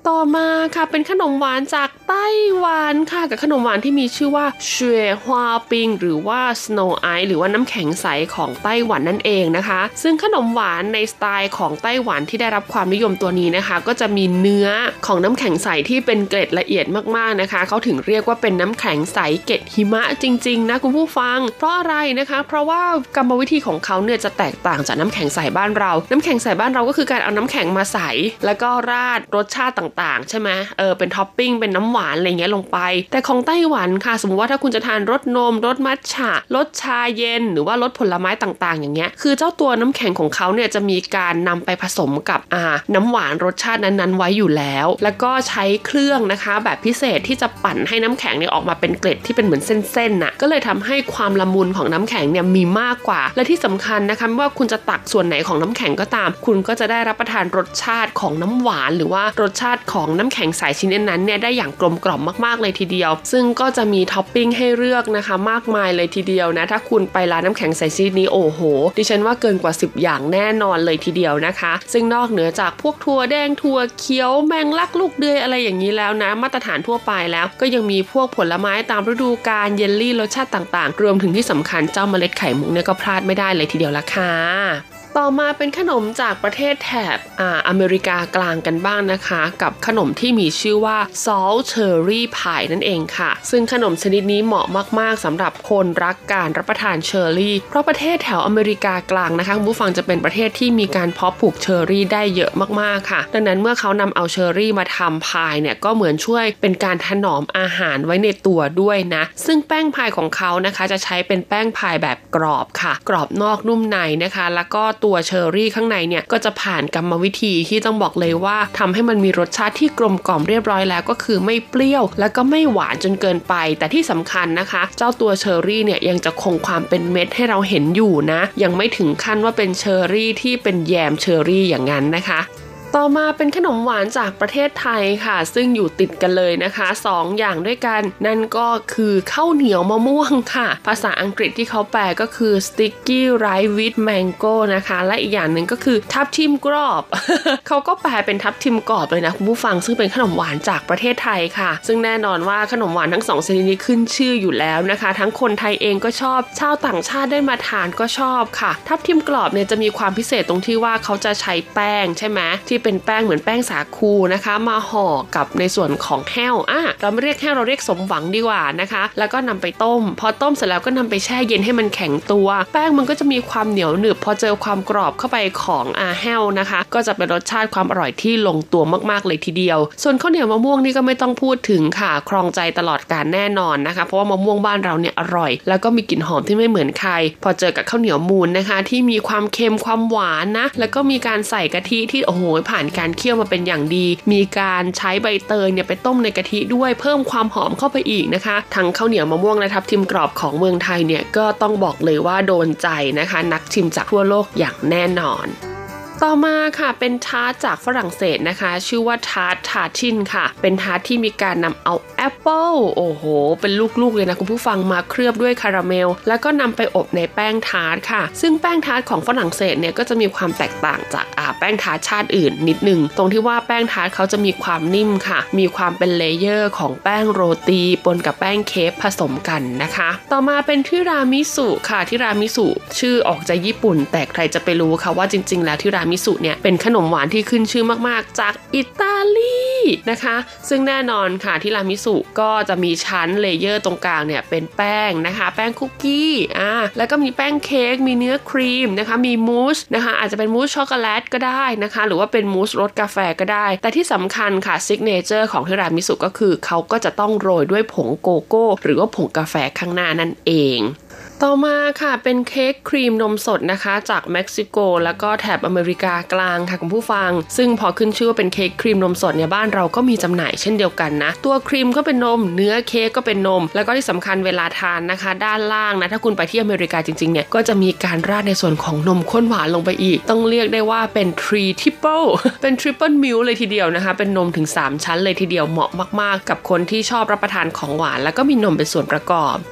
ต่อมาค่ะเป็นขนมหวานจากไต้หวันค่ะกับขนมหวานที่มีชื่อว่าเฉวยฮวาปิงหรือว่า Snow Ice หรือว่าน้ำแข็งใสของไต้หวันนั่นเองนะคะซึ่งขนมหวานในสไตล์ของไต้หวันที่ได้รับความนิยมตัวนี้นะคะก็จะมีเนื้อของน้ำแข็งใสที่เป็นเกล็ดละเอียดมากๆนะคะเขาถึงเรียกว่าเป็นน้ำแข็งใสเกล็ดหิมะจริงๆนะคุณผู้ฟังเพราะอะไรนะคะเพราะว่ากรรมวิธีของเขาเนี่ยจะแตกต่างจากน้ำแข็งใสบ้านเราน้ำแข็งใสบ้านเราก็คือการเอาน้ำแข็งมาใส่แล้วก็ราดรสชาติต่างๆใช่ไหมเป็นท็อปปิ้งเป็นน้ำหวานอะไรเงี้ยลงไปแต่ของไต้หวันค่ะสมมติว่าถ้าคุณจะทานรสนมรสมัทฉะรสชาเย็นหรือว่ารสผลไม้ต่างๆอย่างเงี้ยคือเจ้าตัวน้ำแข็งของเขาเนี่ยจะมีการนำไปผสมกับน้ำหวานรสชาตินั้นๆไว้อยู่แล้วแล้วก็ใช้เครื่องนะคะแบบพิเศษที่จะปั่นให้น้ำแข็งเนี่ยออกมาเป็นเกล็ดที่เป็นเหมือนเส้นๆน่ะก็เลยทำให้ความละมุนของน้ำแข็งเนี่ยมีมากกว่าและที่สำคัญนะคะไม่ว่าคุณจะตักส่วนไหนของน้ำแข็งก็ตามคุณก็จะได้รับประทานรสชาติของน้ำหวานหรือว่ารสชาติของน้ำแข็งใสชนิดนั้นเนี่ยได้อย่างกลมกล่อมมากๆเลยทีเดียวซึ่งก็จะมีท็อปปิ้งให้เลือกนะคะมากมายเลยทีเดียวนะถ้าคุณไปร้านน้ำแข็งใสชนิดนี้โอ้โหดิฉันว่าเกินกว่า10อย่างแน่นอนเลยทีเดียวนะคะซึ่งนอกเหนือจากพวกถั่วแดงถั่วเขียวแมงลักลูกเดือยอะไรอย่างนี้แล้วนะมาตรฐานทั่วไปแล้วก็ยังมีพวกผลไม้ตามฤดูกาลเยลลี่รสชาติต่างๆรวมถึงที่สำคัญเจ้าเมล็ดไข่มุกเนี่ยก็พลาดไม่ได้เลยทีเดียวละค่ะต่อมาเป็นขนมจากประเทศแถบอเมริกากลางกันบ้างนะคะกับขนมที่มีชื่อว่า Salt Cherry Pie นั่นเองค่ะซึ่งขนมชนิดนี้เหมาะมากๆสำหรับคนรักการรับประทานเชอร์รี่เพราะประเทศแถวอเมริกากลางนะคะคุณผู้ฟังจะเป็นประเทศที่มีการเพาะปลูกเชอร์รี่ได้เยอะมากๆค่ะดังนั้นเมื่อเขานำเอาเชอร์รี่มาทำพายเนี่ยก็เหมือนช่วยเป็นการถนอมอาหารไว้ในตัวด้วยนะซึ่งแป้งพายของเขานะคะจะใช้เป็นแป้งพายแบบกรอบค่ะกรอบนอกนุ่มในนะคะแล้วก็ตัวเชอร์รี่ข้างในเนี่ยก็จะผ่านกรรมวิธีที่ต้องบอกเลยว่าทำให้มันมีรสชาติที่กลมกล่อมเรียบร้อยแล้วก็คือไม่เปรี้ยวแล้วก็ไม่หวานจนเกินไปแต่ที่สำคัญนะคะเจ้าตัวเชอร์รี่เนี่ยยังจะคงความเป็นเม็ดให้เราเห็นอยู่นะยังไม่ถึงขั้นว่าเป็นเชอร์รี่ที่เป็นแยมเชอร์รี่อย่างนั้นนะคะต่อมาเป็นขนมหวานจากประเทศไทยค่ะซึ่งอยู่ติดกันเลยนะคะ2อย่างด้วยกันนั่นก็คือข้าวเหนียวมะม่วงค่ะภาษาอังกฤษที่เขาแปลก็คือ sticky rice with mango นะคะและอีกอย่างหนึ่งก็คือทับทิมกรอบ เขาก็แปลเป็นทับทิมกรอบเลยนะคุณผู้ฟังซึ่งเป็นขนมหวานจากประเทศไทยค่ะซึ่งแน่นอนว่าขนมหวานทั้ง2ชนิดนี้ขึ้นชื่ออยู่แล้วนะคะทั้งคนไทยเองก็ชอบชาวต่างชาติได้มาทานก็ชอบค่ะทับทิมกรอบเนี่ยจะมีความพิเศษตรงที่ว่าเขาจะใช้แป้งใช่ไหมที่เป็นแป้งเหมือนแป้งสาคูนะคะมาห่อกับในส่วนของแห้วเราไม่เรียกแห้วเราเรียกสมหวังดีกว่านะคะแล้วก็นำไปต้มพอต้มเสร็จแล้วก็นำไปแช่เย็นให้มันแข็งตัวแป้งมันก็จะมีความเหนียวหนึบพอเจอความกรอบเข้าไปของแห้วนะคะก็จะเป็นรสชาติความอร่อยที่ลงตัวมากๆเลยทีเดียวส่วนข้าวเหนียวมะม่วงนี่ก็ไม่ต้องพูดถึงค่ะครองใจตลอดกาลแน่นอนนะคะเพราะว่ามะม่วงบ้านเราเนี่ยอร่อยแล้วก็มีกลิ่นหอมที่ไม่เหมือนใครพอเจอกับข้าวเหนียวมูนนะคะที่มีความเค็มความหวานนะแล้วก็มีการใส่กะทิที่โอ้โหผ่านการเคี่ยวมาเป็นอย่างดีมีการใช้ใบเตยเนี่ยไปต้มในกะทิด้วยเพิ่มความหอมเข้าไปอีกนะคะทั้งข้าวเหนียวมะม่วงและทับทิมกรอบของเมืองไทยเนี่ยก็ต้องบอกเลยว่าโดนใจนะคะนักชิมจากทั่วโลกอย่างแน่นอนต่อมาค่ะเป็นทาร์ตจากฝรั่งเศสนะคะชื่อว่าทาร์ตชินค่ะเป็นทาร์ตที่มีการนำเอาแอปเปิลโอ้โหเป็นลูกๆเลยนะคุณผู้ฟังมาเคลือบด้วยคาราเมลแล้วก็นำไปอบในแป้งทาร์ตค่ะซึ่งแป้งทาร์ตของฝรั่งเศสเนี่ยก็จะมีความแตกต่างจากแป้งทาร์ตชาติอื่นนิดนึงตรงที่ว่าแป้งทาร์ตเขาจะมีความนิ่มค่ะมีความเป็นเลเยอร์ของแป้งโรตีปนกับแป้งเค้กผสมกันนะคะต่อมาเป็นทิรามิสุค่ะทิรามิสุชื่อออกจากญี่ปุ่นแต่ใครจะไปรู้ค่ะว่าจริงๆแล้วทิรามิสุเนี่ยเป็นขนมหวานที่ขึ้นชื่อมากๆจากอิตาลีนะคะซึ่งแน่นอนค่ะทิรามิสุก็จะมีชั้นเลเยอร์ตรงกลางเนี่ยเป็นแป้งนะคะแป้งคุกกี้แล้วก็มีแป้งเค้กมีเนื้อครีมนะคะมีมูสนะคะอาจจะเป็นมูสช็อกโกแลตก็ได้นะคะหรือว่าเป็นมูสรสกาแฟก็ได้แต่ที่สำคัญค่ะซิกเนเจอร์ของทิรามิสุก็คือเขาก็จะต้องโรยด้วยผงโกโก้หรือว่าผงกาแฟข้างหน้านั่นเองต่อมาค่ะเป็นเค้กครีมนมสดนะคะจากเม็กซิโกแล้วก็แถบอเมริกากลางค่ะคุณผู้ฟังซึ่งพอขึ้นชื่อว่าเป็นเค้กครีมนมสดเนี่ยบ้านเราก็มีจำหน่ายเช่นเดียวกันนะตัวครีมก็เป็นนมเนื้อเค้กก็เป็นนมแล้วก็ที่สำคัญเวลาทานนะคะด้านล่างนะถ้าคุณไปที่อเมริกาจริงๆเนี่ยก็จะมีการราดในส่วนของนมข้นหวานลงไปอีกต้องเรียกได้ว่าเป็นเป็น triple milk เลยทีเดียวนะคะเป็นนมถึง3ชั้นเลยทีเดียวเหมาะมากๆกับคนที่ชอบรับประทานของหวานแล้วก็มีนมเป็นส่วนประกอบ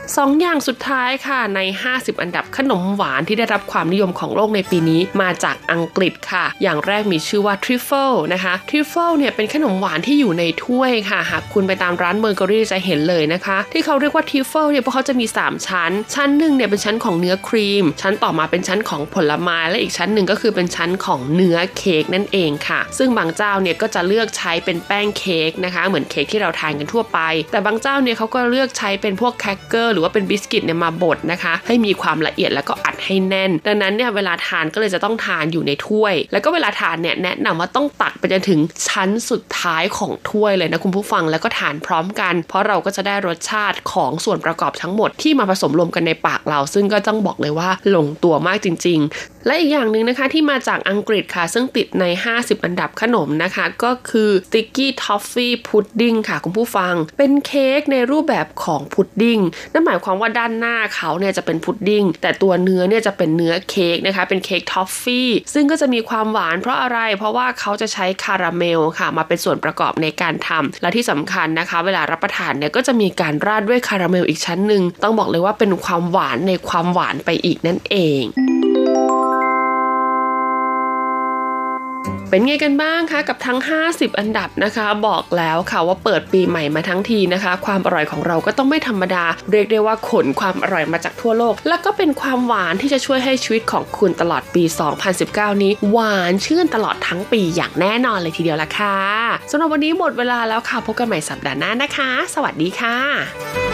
2 อย่างสุดท้ายค่ะใน50อันดับขนมหวานที่ได้รับความนิยมของโลกในปีนี้มาจากอังกฤษค่ะอย่างแรกมีชื่อว่าทริฟเฟิลนะคะทริฟเฟิลเนี่ยเป็นขนมหวานที่อยู่ในถ้วยค่ะหากคุณไปตามร้านเบเกอรี่จะเห็นเลยนะคะที่เขาเรียกว่าทริฟเฟิลเนี่ยเพราะเขาจะมี3ชั้นหนึ่งเนี่ยเป็นชั้นของเนื้อครีมชั้นต่อมาเป็นชั้นของผลไม้และอีกชั้นหนึ่งก็คือเป็นชั้นของเนื้อเค้กนั่นเองค่ะซึ่งบางเจ้าเนี่ยก็จะเลือกใช้เป็นแป้งเค้กนะคะเหมือนเค้กที่เราทานกันทั่วไปแต่บางเจ้าเนี่ยเขาก็เลือกใช้เป็นพวกแครกเกอร์หรือว่าเป็นบิสกิตเนี่ยมาบดนะคะให้มีความละเอียดแล้วก็อัดให้แน่นดังนั้นเนี่ยเวลาทานก็เลยจะต้องทานอยู่ในถ้วยแล้วก็เวลาทานเนี่ยแนะนำว่าต้องตักไปจนถึงชั้นสุดท้ายของถ้วยเลยนะคุณผู้ฟังแล้วก็ทานพร้อมกันเพราะเราก็จะได้รสชาติของส่วนประกอบทั้งหมดที่มาผสมรวมกันในปากเราซึ่งก็ต้องบอกเลยว่าลงตัวมากจริงๆและอีกอย่างนึงนะคะที่มาจากอังกฤษค่ะซึ่งติดใน50อันดับขนมนะคะก็คือ Sticky Toffee Pudding ค่ะคุณผู้ฟังเป็นเค้กในรูปแบบของพุดดิ้งนั่นหมายความว่าด้านหน้าเขาเนี่ยจะเป็นพุดดิ้งแต่ตัวเนื้อเนี่ยจะเป็นเนื้อเค้กนะคะเป็นเค้กทอฟฟี่ซึ่งก็จะมีความหวานเพราะอะไรเพราะว่าเขาจะใช้คาราเมลค่ะมาเป็นส่วนประกอบในการทำและที่สำคัญนะคะเวลารับประทานเนี่ยก็จะมีการราดด้วยคาราเมลอีกชั้นนึงต้องบอกเลยว่าเป็นความหวานในความหวานไปอีกนั่นเองเป็นไงกันบ้างคะกับทั้ง50อันดับนะคะบอกแล้วค่ะว่าเปิดปีใหม่มาทั้งทีนะคะความอร่อยของเราก็ต้องไม่ธรรมดาเรียกได้ว่าขนความอร่อยมาจากทั่วโลกแล้วก็เป็นความหวานที่จะช่วยให้ชีวิตของคุณตลอดปี2019นี้หวานชื่นตลอดทั้งปีอย่างแน่นอนเลยทีเดียวละค่ะสำหรับวันนี้หมดเวลาแล้วค่ะพบกันใหม่สัปดาห์หน้านะคะสวัสดีค่ะ